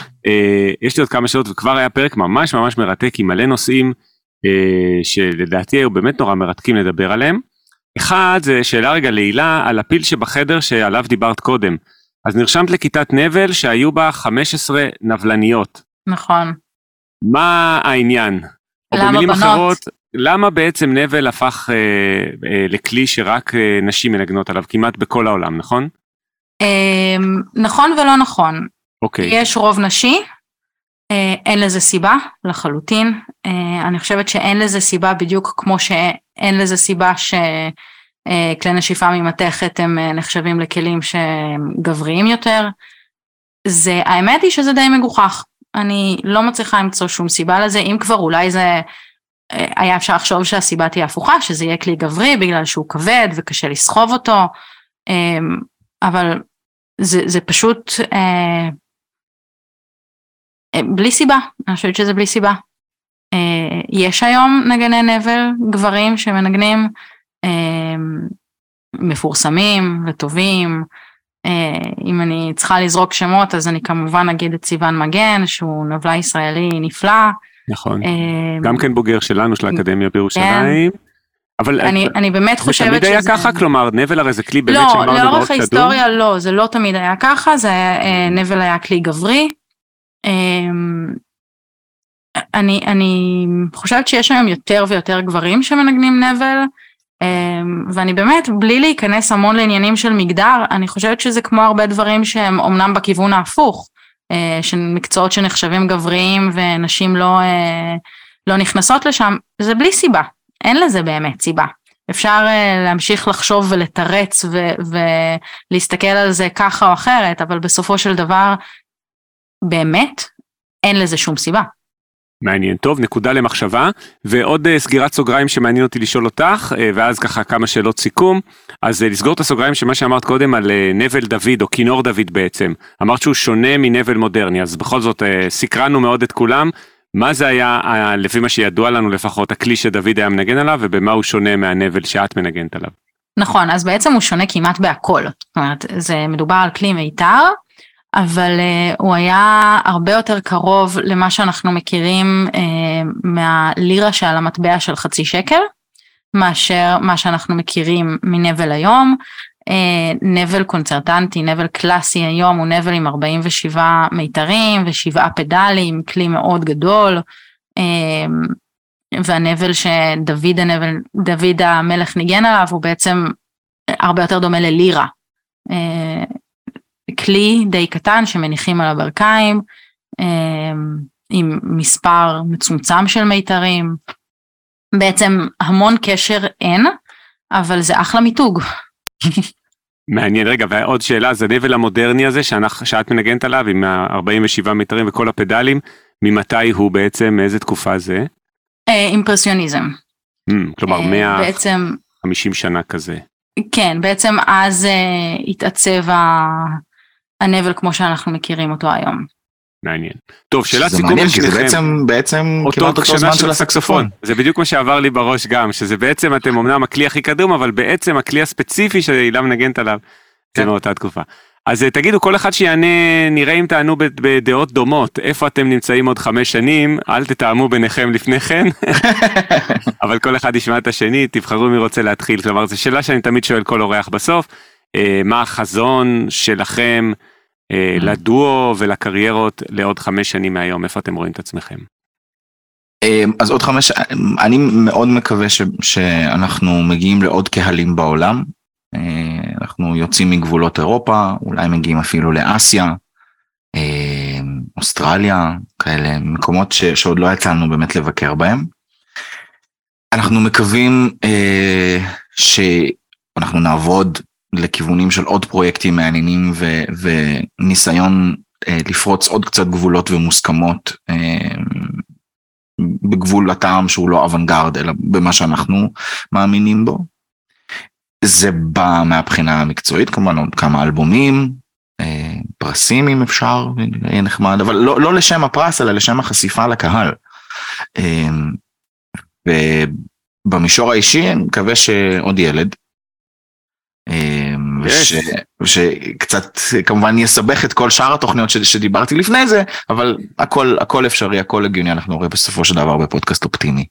וכבר היה פרק ממש ממש מרתק, עם מלא נושאים שלדעתי היו באמת נורא מרתקים לדבר עליהם. אחד, זה שאלה רגע להילה על הפיל שבחדר שעליו דיברת קודם. אז נרשמת לכיתת נבל שהיו בה 15 נבלניות. נכון. מה העניין? למה בנות? אחרות, למה בעצם נבל הפך לכלי שרק נשים מנגנות עליו, כמעט בכל העולם, נכון? נכון ולא נכון. אוקיי. יש רוב נשי, אין לזה סיבה לחלוטין, אני חושבת שאין לזה סיבה בדיוק כמו שאין לזה סיבה שכלי נשיפה ממתכת הם נחשבים לכלים שגבריים יותר, האמת היא שזה די מגוחך, אני לא מצליחה למצוא שום סיבה לזה, אם כבר אולי זה היה אפשר לחשוב שהסיבה תהיה הפוכה, שזה יהיה כלי גברי בגלל שהוא כבד וקשה לסחוב אותו, אבל זה פשוט בלי סיבה, אני חושבת שזה בלי סיבה. יש היום נגני נבל גברים שמנגנים מפורסמים וטובים, אם אני צריכה לזרוק שמות אז אני כמובן אגיד את סיוון מגן שהוא נבלה ישראלי נפלא. נכון, גם כן בוגר שלנו של האקדמיה בירושלים. אבל אני באמת חושבת שזה... תמיד היה ככה, כלומר, נבל הרי זה כלי באמת שאמרנו מאוד קדום? לא, לאורך ההיסטוריה לא, זה לא תמיד היה ככה, נבל היה כלי גברי. אני חושבת שיש היום יותר ויותר גברים שמנגנים נבל, ואני באמת, בלי להיכנס המון לעניינים של מגדר, אני חושבת שזה כמו הרבה דברים שהם אומנם בכיוון ההפוך, של מקצועות שנחשבים גבריים ונשים לא נכנסות לשם, זה בלי סיבה. אין לזה באמת סיבה. אפשר להמשיך לחשוב ולתרץ ולהסתכל על זה ככה או אחרת, אבל בסופו של דבר, באמת, אין לזה שום סיבה. מעניין, טוב, נקודה למחשבה, ועוד סגירת סוגריים שמעניין אותי לשאול אותך, ואז ככה כמה שאלות סיכום, אז לסגור את הסוגריים שמה שאמרת קודם על נבל דוד, או כינור דוד בעצם, אמרת שהוא שונה מנבל מודרני, אז בכל זאת סקרנו מאוד את כולם, מה זה היה, לפי מה שידוע לנו לפחות, הכלי שדוד היה מנגן עליו, ובמה הוא שונה מהנבל שאת מנגנת עליו? נכון, אז בעצם הוא שונה כמעט בהכל, זאת אומרת, זה מדובר על כלי מיתר, אבל הוא היה הרבה יותר קרוב למה שאנחנו מכירים מהלירה שעל המטבע של חצי שקל, מאשר מה שאנחנו מכירים מנבל היום, נבל קונצרטנטי, נבל קלאסי היום הוא נבל עם 47 מיתרים ו7 פדלים, כלי מאוד גדול, והנבל שדוד המלך ניגן עליו הוא בעצם הרבה יותר דומה ללירה, כלי די קטן שמניחים על הברכיים, עם מספר מצומצם של מיתרים, בעצם המון קשר אין, אבל זה אחלה מיתוג. מעניין, רגע, ועוד שאלה, זה הנבל המודרני הזה שאת מנגנת עליו עם 47 מיתרים וכל הפדלים, ממתי הוא בעצם, מאיזה תקופה זה? אימפרסיוניזם. כלומר 150 שנה כזה. כן, בעצם אז התעצב הנבל כמו שאנחנו מכירים אותו היום. מעניין. טוב, שאלה סיכום. זה מעניין, כי זה בעצם כמעט אותו זמן של הסקסופון. זה בדיוק מה שעבר לי בראש גם, שזה בעצם אתם אמנם הכלי הכי קדום, אבל בעצם הכלי הספציפי שהילה מנגנת עליו, זה מאותה תקופה. אז תגידו, כל אחד שיענה, נראה אם תענו בדעות דומות, איפה אתם נמצאים עוד 5 שנים, אל תתאמו ביניכם לפני כן, אבל כל אחד ישמע את השני, תבחרו מי רוצה להתחיל, כלומר, זו שאלה שאני תמיד שואל כל אורח בסוף, מה החזון שלכם לדואו ולקריירות לעוד 5 שנים מהיום, איפה אתם רואים את עצמכם? אז עוד 5, אני מאוד מקווה שאנחנו מגיעים לעוד קהלים בעולם, אנחנו יוצאים מגבולות אירופה, אולי מגיעים אפילו לאסיה, אוסטרליה, כאלה מקומות שעוד לא יצאנו באמת לבקר בהם. אנחנו מקווים שאנחנו נעבוד לכיוונים של עוד פרויקטים מעניינים וניסיון לפרוץ עוד קצת גבולות ומוסכמות בגבול הטעם שהוא לא אוונגרד, אלא במה שאנחנו מאמינים בו. זה בא מהבחינה המקצועית, כמובן עוד כמה אלבומים, פרסים אם אפשר, יהיה נחמד, אבל לא לשם הפרס, אלא לשם החשיפה לקהל. ובמישור האישי, אני מקווה שעוד ילד, ושקצת כמובן יסבך את כל שאר התוכניות שדיברתי לפני זה, אבל הכל אפשרי, הכל הגיוני, אנחנו רואים בסופו של דבר בפודקאסט אופטימי.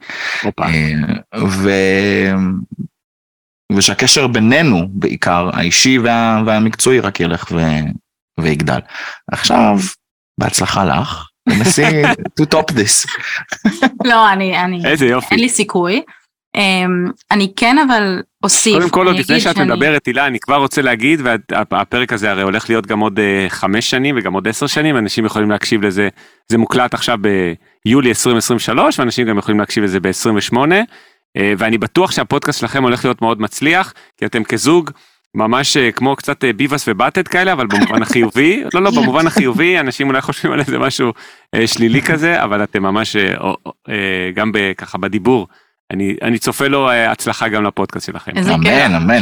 ושהקשר בינינו, בעיקר האישי והמקצועי, רק ילך ויגדל. עכשיו, בהצלחה לך, ונסי to top this. לא, איזה יופי. אין לי סיכוי, אני כן אבל אוסיף. קודם כל עוד לפני שאת מדברת, הילה, אני כבר רוצה להגיד, והפרק הזה הרי הולך להיות גם עוד 5 שנים וגם עוד 10 שנים, אנשים יכולים להקשיב לזה, זה מוקלט עכשיו ביולי 2023, ואנשים גם יכולים להקשיב לזה ב-28, ואני בטוח שהפודקאסט שלכם הולך להיות מאוד מצליח, כי אתם כזוג, ממש כמו קצת ביבס ובטט כאלה, אבל במובן החיובי, לא, במובן החיובי, אנשים אולי חושבים על איזה משהו שלילי כזה, אבל אתם ממש גם ככה בדיבור, אני צופה לו הצלחה גם לפודקאסט שלכם. אמן, אמן.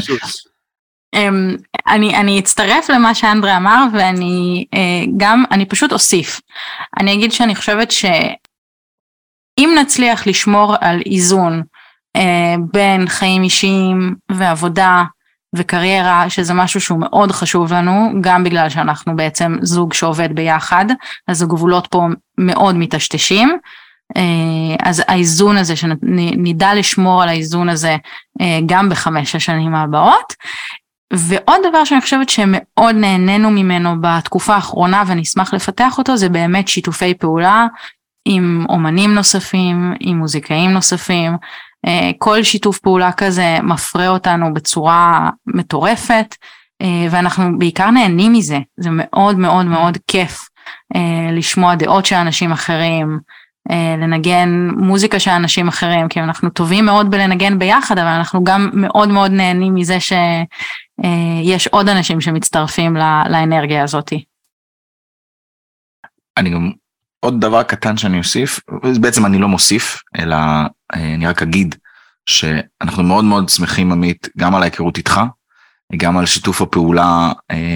אני אצטרף למה שאנדרי אמר, ואני גם, אני פשוט אוסיף. אני אגיד שאני חושבת שאם נצליח לשמור על איזון בין חיים אישיים ועבודה וקריירה, שזה משהו שהוא מאוד חשוב לנו, גם בגלל שאנחנו בעצם זוג שעובד ביחד, אז הגבולות פה מאוד מטשטשים, אז האיזון הזה, שנדע לשמור על האיזון הזה גם ב5 השנים הבאות. ועוד דבר שאני חושבת שמאוד נהנינו ממנו בתקופה האחרונה, ואני אשמח לפתח אותו, זה באמת שיתופי פעולה עם אומנים נוספים, עם מוזיקאים נוספים, כל שיתוף פעולה כזה מפרה אותנו בצורה מטורפת, ואנחנו בעיקר נהנים מזה, זה מאוד מאוד מאוד כיף לשמוע דעות של אנשים אחרים, לנגן מוזיקה של אנשים אחרים, כי אנחנו טובים מאוד בלנגן ביחד, אבל אנחנו גם מאוד מאוד נהנים מזה שיש עוד אנשים שמצטרפים לאנרגיה הזאת. אני גם, עוד דבר קטן שאני אוסיף, בעצם אני לא מוסיף, אלא אני רק אגיד שאנחנו מאוד מאוד שמחים עמית, גם על ההיכרות איתך, גם על שיתוף הפעולה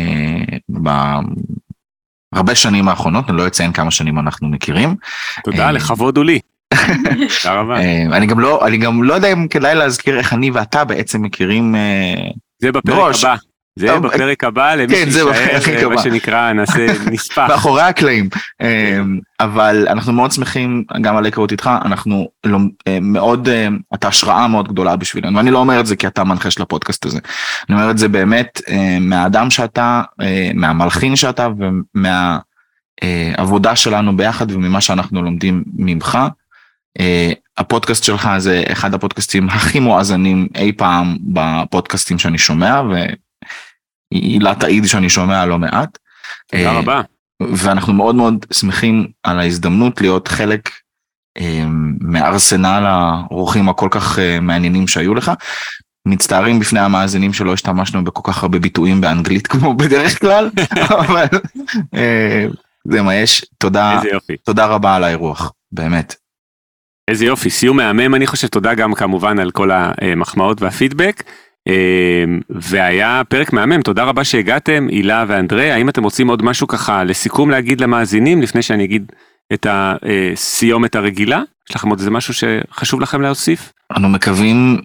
הרבה שנים האחרונות, אני לא אציין כמה שנים אנחנו מכירים. תודה, לכבוד הוא לי. תודה רבה. אני גם לא יודע אם כדאי להזכיר איך אני ואתה בעצם מכירים. זה בפרק הבא. זה בפרק הבא, למי שישאר, מה שנקרא, נעשה נספח. מאחורי הקלעים. אבל אנחנו מאוד שמחים גם על ההיכרות איתך, אנחנו מאוד, אתה השראה מאוד גדולה בשבילנו, ואני לא אומר את זה כי אתה מנחה של הפודקאסט הזה, אני אומר את זה באמת מהאדם שאתה, מהמלחין שאתה, ומהעבודה שלנו ביחד, וממה שאנחנו לומדים ממך. הפודקאסט שלך זה אחד הפודקאסטים הכי מואזנים אי פעם בפודקאסטים שאני שומע, הילה תעיד שאני שומע לא מעט. תודה רבה. ואנחנו מאוד מאוד שמחים על ההזדמנות להיות חלק מארסנל האורחים הכל כך מעניינים שהיו לך. מצטערים בפני המאזינים שלא השתמשנו בכל כך הרבה ביטויים באנגלית כמו בדרך כלל, אבל זה מה יש. תודה רבה על האירוח, באמת. איזה יופי, סיום מהמם, אני חושב, תודה גם כמובן על כל המחמאות והפידבק. והיה פרק מהמם, תודה רבה שהגעתם, הילה ואנדרי. האם אתם רוצים עוד משהו ככה לסיכום להגיד למאזינים, לפני שאני אגיד את הסיומת הרגילה? יש לכם עוד איזה משהו שחשוב לכם להוסיף? אנו מקווים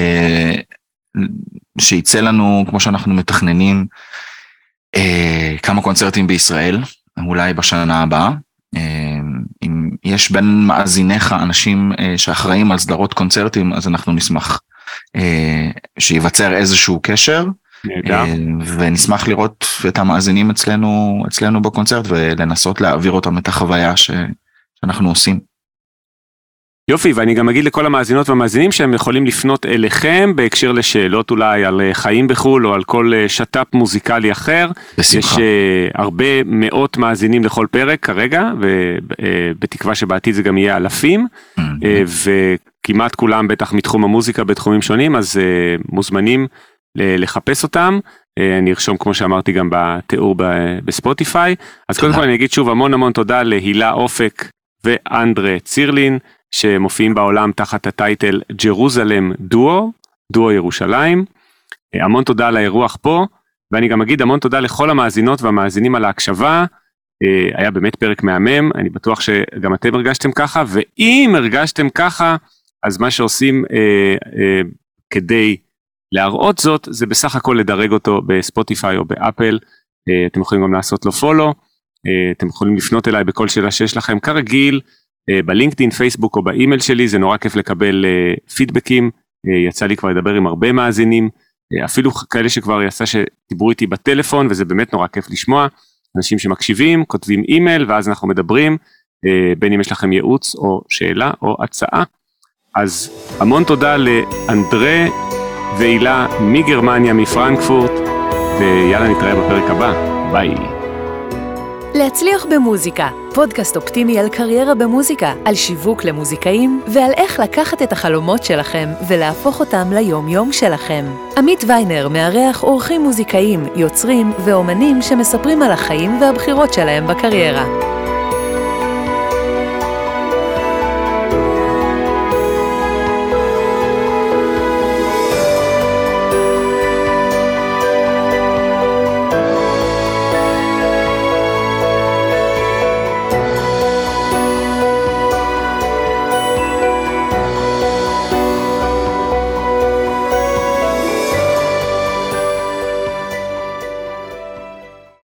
שיצא לנו, כמו שאנחנו מתכננים, כמה קונצרטים בישראל, אולי בשנה הבאה. אם יש בין מאזיניך אנשים שאחראים על סדרות קונצרטים, אז אנחנו נשמח שיווצר איזשהו קשר, ונשמח לראות את המאזינים אצלנו בקונצרט, ולנסות להעביר אותם את החוויה שאנחנו עושים. יופי, ואני גם אגיד לכל המאזינות והמאזינים שהם יכולים לפנות אליכם בהקשר לשאלות אולי על חיים בחול או על כל שטאפ מוזיקלי אחר. בשמחה. יש הרבה מאות מאזינים לכל פרק כרגע, ובתקווה שבעתיד זה גם יהיה אלפים, וכמעט כולם בטח מתחום המוזיקה בתחומים שונים, אז מוזמנים לחפש אותם. אני ארשום כמו שאמרתי גם בתיאור בספוטיפיי. אז קודם כל אני אגיד שוב המון המון תודה להילה אופק ואנדרי צירלין, שמופיעים בעולם תחת הטייטל ג'רוזלם דואו ירושלים. המון תודה על האירוח פה, ואני גם אגיד המון תודה לכל המאזינות והמאזינים על ההקשבה. היה באמת פרק מהמם, אני בטוח שגם אתם הרגשתם ככה, ואם הרגשתם ככה, אז מה שעושים כדי להראות זאת, זה בסך הכל לדרג אותו בספוטיפיי או באפל. אתם יכולים גם לעשות לו פולו, אתם יכולים לפנות אליי בכל שאלה שיש לכם, כרגיל, בלינקדין, פייסבוק או באימייל שלי, זה נורא כיף לקבל פידבקים, יצא לי כבר לדבר עם הרבה מאזינים, אפילו כאלה שכבר יצא שדיברו איתי בטלפון, וזה באמת נורא כיף לשמוע, אנשים שמקשיבים, כותבים אימייל, ואז אנחנו מדברים, בין אם יש לכם ייעוץ או שאלה או הצעה. אז המון תודה לאנדרה ואילה מגרמניה, מפרנקפורט, ויאללה נתראה בפרק הבא. ביי. להצליח במוזיקה, פודקאסט אופטימי על קריירה במוזיקה, על שיווק למוזיקאים ועל איך לקחת את החלומות שלכם ולהפוך אותם ליום-יום שלכם. עמית ויינר מארח אורחים מוזיקאים, יוצרים ואומנים שמספרים על החיים והבחירות שלהם בקריירה.